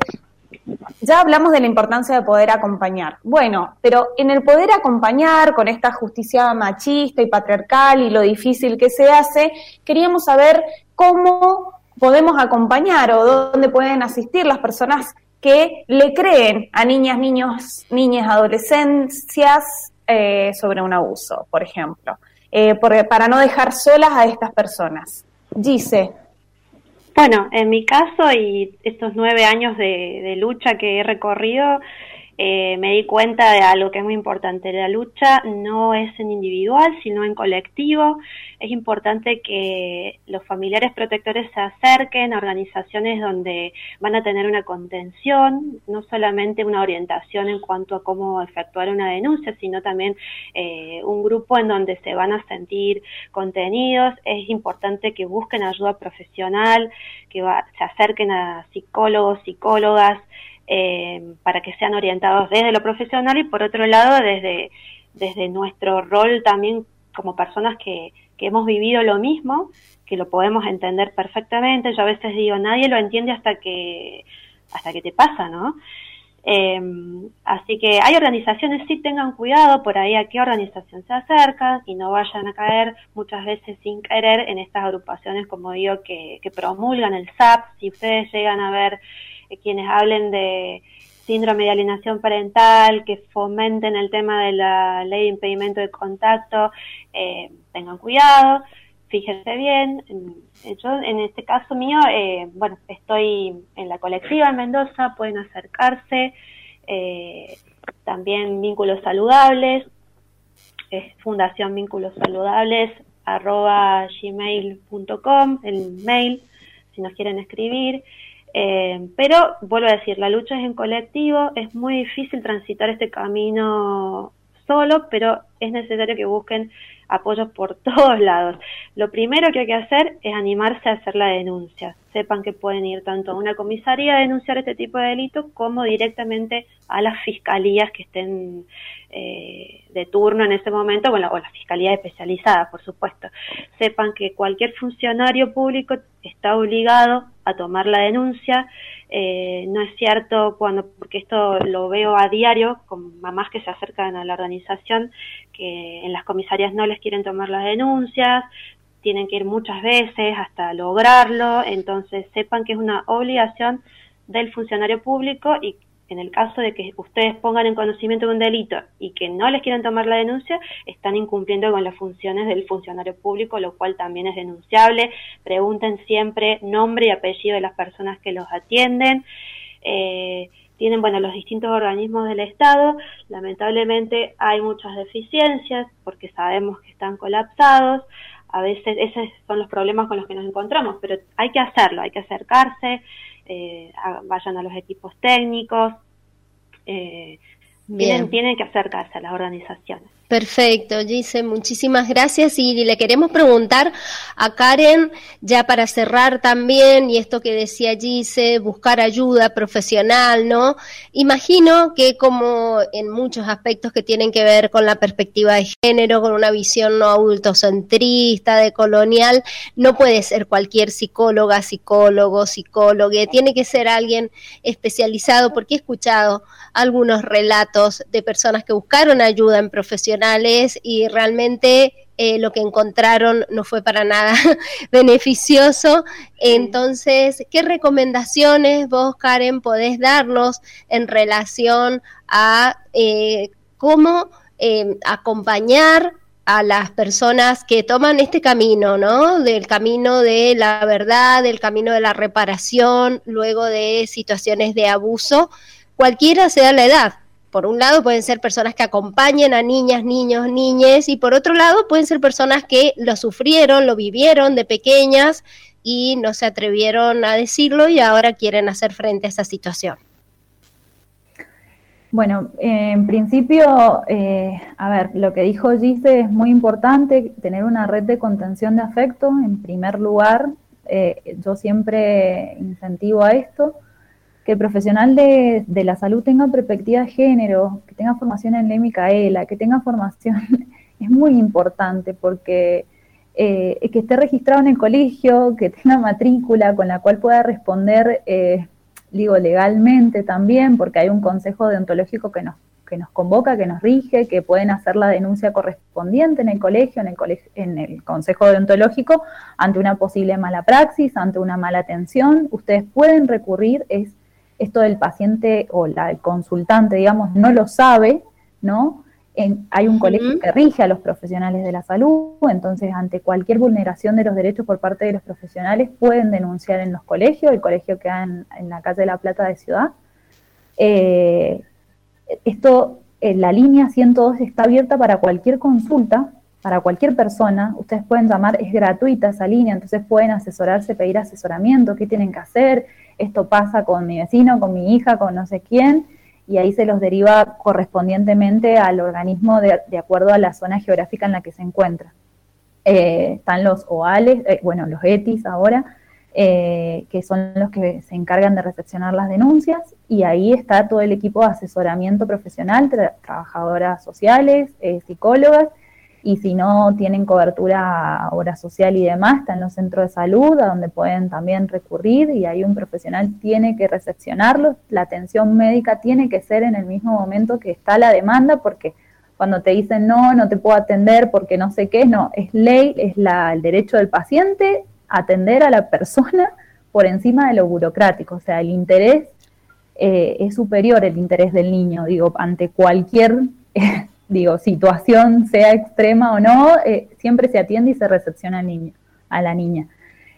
Speaker 4: ya hablamos de la importancia de poder acompañar. Bueno, pero en el poder acompañar con esta justicia machista y patriarcal y lo difícil que se hace, queríamos saber cómo podemos acompañar o dónde pueden asistir las personas que le creen a niñas, niños, niñas, adolescencias eh, sobre un abuso, por ejemplo, eh, porque, para no dejar solas a estas personas. Gise.
Speaker 6: Bueno, en mi caso y estos nueve años de, de lucha que he recorrido, eh, me di cuenta de algo que es muy importante. La lucha no es en individual, sino en colectivo. Es importante que los familiares protectores se acerquen a organizaciones donde van a tener una contención, no solamente una orientación en cuanto a cómo efectuar una denuncia, sino también eh, un grupo en donde se van a sentir contenidos. Es importante que busquen ayuda profesional, que va, se acerquen a psicólogos, psicólogas, Eh, para que sean orientados desde lo profesional y por otro lado desde, desde nuestro rol también como personas que, que hemos vivido lo mismo, que lo podemos entender perfectamente. Yo a veces digo, nadie lo entiende hasta que, hasta que te pasa, ¿no? Eh, así que hay organizaciones, sí, tengan cuidado por ahí a qué organización se acercan y no vayan a caer muchas veces sin querer en estas agrupaciones, como digo, que, que promulgan el S A P. Si ustedes llegan a ver quienes hablen de síndrome de alienación parental, que fomenten el tema de la ley de impedimento de contacto, eh, tengan cuidado, fíjense bien. Yo, en este caso mío, eh, bueno, estoy en la colectiva en Mendoza, pueden acercarse, eh, también Vínculos Saludables, es Fundación Vínculos Saludables, arroba gmail punto com, el mail, si nos quieren escribir. Eh, pero, vuelvo a decir, la lucha es en colectivo, es muy difícil transitar este camino solo, pero es necesario que busquen apoyos por todos lados. Lo primero que hay que hacer es animarse a hacer la denuncia. Sepan que pueden ir tanto a una comisaría a denunciar este tipo de delitos como directamente a las fiscalías que estén eh, de turno en ese momento, bueno, o las fiscalías especializadas, por supuesto. Sepan que cualquier funcionario público está obligado a tomar la denuncia. Eh, no es cierto cuando, porque esto lo veo a diario con mamás que se acercan a la organización, que en las comisarías no les quieren tomar las denuncias, tienen que ir muchas veces hasta lograrlo. Entonces sepan que es una obligación del funcionario público y en el caso de que ustedes pongan en conocimiento de un delito y que no les quieran tomar la denuncia, están incumpliendo con las funciones del funcionario público, lo cual también es denunciable. Pregunten siempre nombre y apellido de las personas que los atienden. Eh, tienen, bueno, los distintos organismos del Estado. Lamentablemente hay muchas deficiencias porque sabemos que están colapsados. A veces esos son los problemas con los que nos encontramos, pero hay que hacerlo, hay que acercarse. Eh, a, vayan a los equipos técnicos, eh, tienen, tienen que acercarse a las organizaciones.
Speaker 3: Perfecto, Gise, muchísimas gracias. Y le queremos preguntar a Karen, ya para cerrar también, y esto que decía Gise, buscar ayuda profesional, ¿no? Imagino que como en muchos aspectos que tienen que ver con la perspectiva de género, con una visión no adultocentrista, decolonial, no puede ser cualquier psicóloga, psicólogo, psicólogue, tiene que ser alguien especializado, porque he escuchado algunos relatos de personas que buscaron ayuda en profesionales y realmente eh, lo que encontraron no fue para nada beneficioso. Entonces, ¿qué recomendaciones vos, Karen, podés darnos en relación a eh, cómo eh, acompañar a las personas que toman este camino, ¿no? Del camino de la verdad, del camino de la reparación, luego de situaciones de abuso, cualquiera sea la edad? por un lado pueden ser personas que acompañen a niñas, niños, niñes, y por otro lado pueden ser personas que lo sufrieron, lo vivieron de pequeñas y no se atrevieron a decirlo y ahora quieren hacer frente a esa situación.
Speaker 7: Bueno, eh, en principio, eh, a ver, lo que dijo Gise es muy importante, tener una red de contención de afecto, en primer lugar. Eh, yo siempre incentivo a esto, que el profesional de, de la salud tenga perspectiva de género, que tenga formación en Ley Micaela, que tenga formación, es muy importante porque eh, que esté registrado en el colegio, que tenga matrícula con la cual pueda responder, eh, digo, legalmente también, porque hay un consejo deontológico que nos, que nos convoca, que nos rige, que pueden hacer la denuncia correspondiente en el colegio, en el colegio, en el consejo deontológico, ante una posible mala praxis, ante una mala atención. Ustedes pueden recurrir, es esto del paciente o la, el consultante, digamos, no lo sabe, ¿no? En, hay un colegio uh-huh. que rige a los profesionales de la salud, entonces ante cualquier vulneración de los derechos por parte de los profesionales pueden denunciar en los colegios, el colegio queda en, en la calle de La Plata de Ciudad. Eh, esto, eh, la línea ciento dos está abierta para cualquier consulta, para cualquier persona, ustedes pueden llamar, es gratuita esa línea, entonces pueden asesorarse, pedir asesoramiento, qué tienen que hacer, esto pasa con mi vecino, con mi hija, con no sé quién, y ahí se los deriva correspondientemente al organismo de, de acuerdo a la zona geográfica en la que se encuentra. Eh, están los O A L E S, eh, bueno, los E T I S ahora, eh, que son los que se encargan de recepcionar las denuncias, y ahí está todo el equipo de asesoramiento profesional, tra trabajadoras sociales, eh, psicólogas, y si no tienen cobertura obra social y demás, están los centros de salud, a donde pueden también recurrir, y ahí un profesional tiene que recepcionarlos. La atención médica tiene que ser en el mismo momento que está la demanda, porque cuando te dicen no, no te puedo atender porque no sé qué, no, es ley, es la, el derecho del paciente atender a la persona por encima de lo burocrático, o sea, el interés eh, es superior, el interés del niño, digo, ante cualquier... Eh, digo, situación, sea extrema o no, eh, siempre se atiende y se recepciona al niño, a la niña.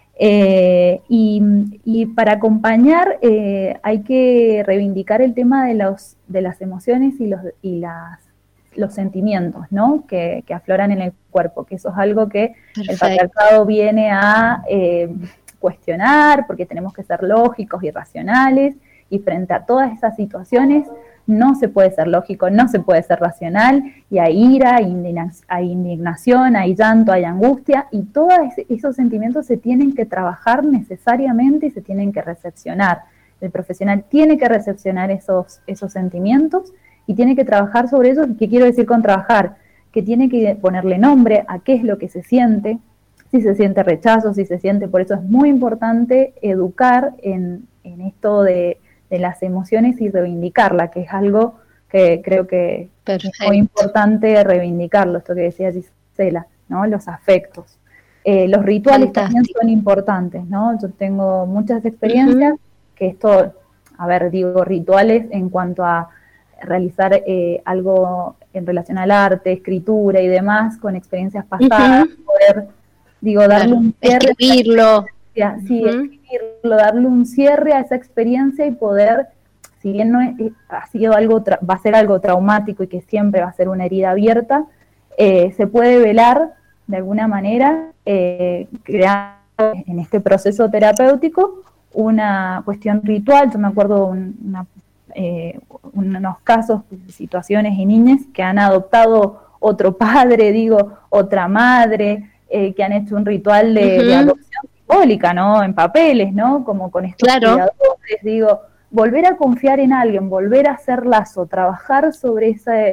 Speaker 7: Eh, y, y para acompañar eh, hay que reivindicar el tema de, los, de las emociones y, los, y las, los sentimientos, ¿no? Que, que afloran en el cuerpo, que eso es algo que Perfecto. El patriarcado viene a eh, cuestionar, porque tenemos que ser lógicos y racionales, y frente a todas esas situaciones no se puede ser lógico, no se puede ser racional, y hay ira, hay indignación, hay llanto, hay angustia, y todos esos sentimientos se tienen que trabajar necesariamente y se tienen que recepcionar. El profesional tiene que recepcionar esos, esos sentimientos y tiene que trabajar sobre eso. ¿Qué quiero decir con trabajar? Que tiene que ponerle nombre a qué es lo que se siente, si se siente rechazo, si se siente, por eso es muy importante educar en, en esto de... de las emociones y reivindicarla, que es algo que creo que Perfecto. Es muy importante reivindicarlo, esto que decía Gisela, ¿no? Los afectos. Eh, los rituales Fantástico. También son importantes, ¿no? Yo tengo muchas experiencias uh-huh. que esto, a ver, digo rituales en cuanto a realizar eh, algo en relación al arte, escritura y demás, con experiencias pasadas, uh-huh. poder, digo, darle claro. un cierre.
Speaker 3: Escribirlo.
Speaker 7: Sí, uh-huh. escribirlo, darle un cierre a esa experiencia y poder, si bien no es, ha sido algo, tra- va a ser algo traumático y que siempre va a ser una herida abierta, eh, se puede velar de alguna manera, eh, creando en este proceso terapéutico una cuestión ritual. Yo me acuerdo un, una, eh, unos casos, situaciones y niñas que han adoptado otro padre, digo, otra madre, eh, que han hecho un ritual de, uh-huh. de adopción simbólica, ¿no? En papeles, ¿no? Como con estos
Speaker 3: claro.
Speaker 7: cuidadores, digo, volver a confiar en alguien, volver a hacer lazo, trabajar sobre ese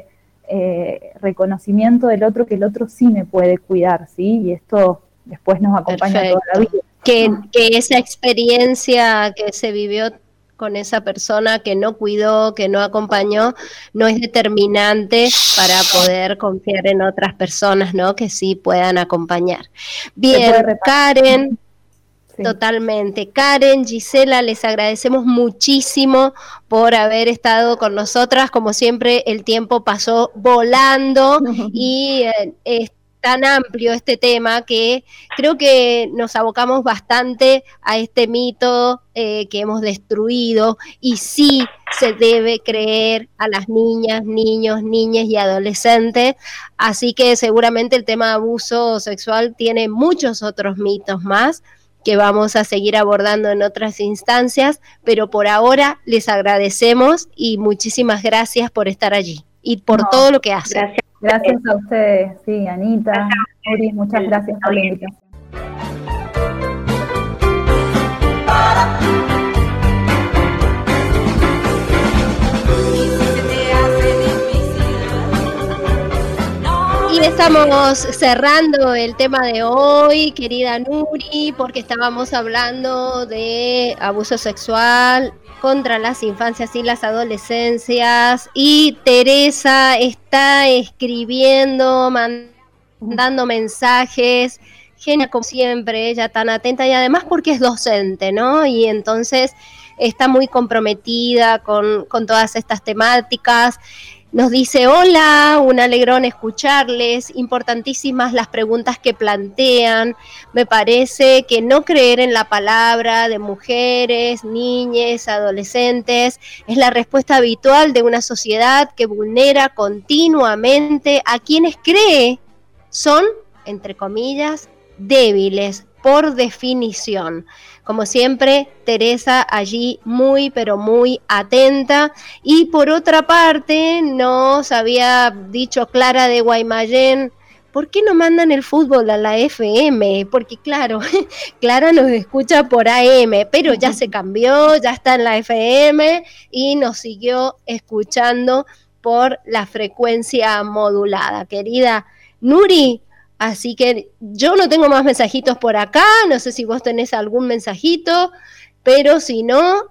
Speaker 7: eh, reconocimiento del otro, que el otro sí me puede cuidar, ¿sí? Y esto después nos acompaña Perfecto. Toda la vida.
Speaker 3: Que, que esa experiencia que se vivió con esa persona que no cuidó, que no acompañó, no es determinante para poder confiar en otras personas, ¿no? Que sí puedan acompañar. Bien, Karen, sí. Totalmente. Karen, Gisela, les agradecemos muchísimo por haber estado con nosotras. Como siempre, el tiempo pasó volando y eh, es tan amplio este tema que creo que nos abocamos bastante a este mito eh, que hemos destruido, y sí se debe creer a las niñas, niños, niñas y adolescentes. Así que seguramente el tema de abuso sexual tiene muchos otros mitos más que vamos a seguir abordando en otras instancias, pero por ahora les agradecemos y muchísimas gracias por estar allí y por no, todo lo que hacen.
Speaker 7: Gracias, gracias a ustedes, sí, Anita, Uri, muchas gracias por la invitación.
Speaker 3: Y estamos cerrando el tema de hoy, querida Nuri, porque estábamos hablando de abuso sexual contra las infancias y las adolescencias, y Teresa está escribiendo, mandando mensajes, genial como siempre, ella tan atenta y además porque es docente, ¿no? Y entonces está muy comprometida con, con todas estas temáticas. Nos dice, hola, un alegrón escucharles, importantísimas las preguntas que plantean, me parece que no creer en la palabra de mujeres, niñas, adolescentes, es la respuesta habitual de una sociedad que vulnera continuamente a quienes cree son, entre comillas, débiles, por definición. Como siempre, Teresa allí muy, pero muy atenta. Y por otra parte, nos había dicho Clara de Guaymallén, ¿por qué no mandan el fútbol a la F M? Porque claro, Clara nos escucha por A M, pero ya se cambió, ya está en la F M y nos siguió escuchando por la frecuencia modulada. Querida Nuri, así que yo no tengo más mensajitos por acá, no sé si vos tenés algún mensajito, pero si no,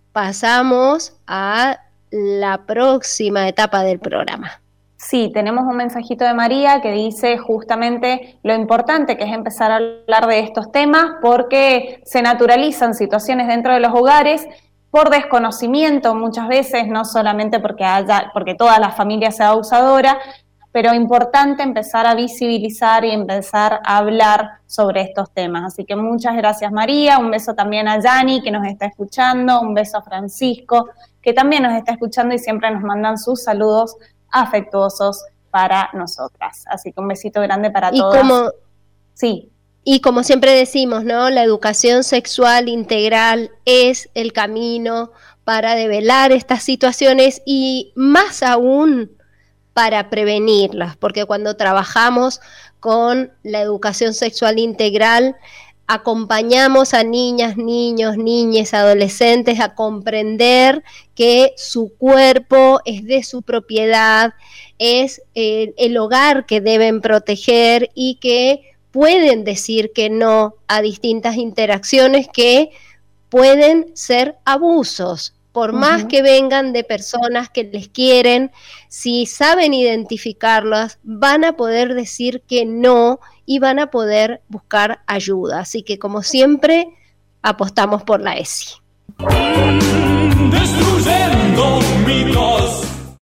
Speaker 3: pasamos a la próxima etapa del programa.
Speaker 4: Sí, tenemos un mensajito de María que dice justamente lo importante que es empezar a hablar de estos temas porque se naturalizan situaciones dentro de los hogares por desconocimiento muchas veces, no solamente porque haya, porque toda la familia sea abusadora, pero importante empezar a visibilizar y empezar a hablar sobre estos temas. Así que muchas gracias, María, un beso también a Yani, que nos está escuchando, un beso a Francisco, que también nos está escuchando y siempre nos mandan sus saludos afectuosos para nosotras. Así que un besito grande para
Speaker 3: y
Speaker 4: todas.
Speaker 3: Como,
Speaker 4: sí.
Speaker 3: Y como siempre decimos, ¿no? La educación sexual integral es el camino para develar estas situaciones y más aún para prevenirlas, porque cuando trabajamos con la educación sexual integral, acompañamos a niñas, niños, niñas, adolescentes a comprender que su cuerpo es de su propiedad, es eh, el hogar que deben proteger y que pueden decir que no a distintas interacciones que pueden ser abusos. Por uh-huh. más que vengan de personas que les quieren, si saben identificarlas, van a poder decir que no y van a poder buscar ayuda. Así que, como siempre, apostamos por la E S I.
Speaker 2: Destruyendo mitos.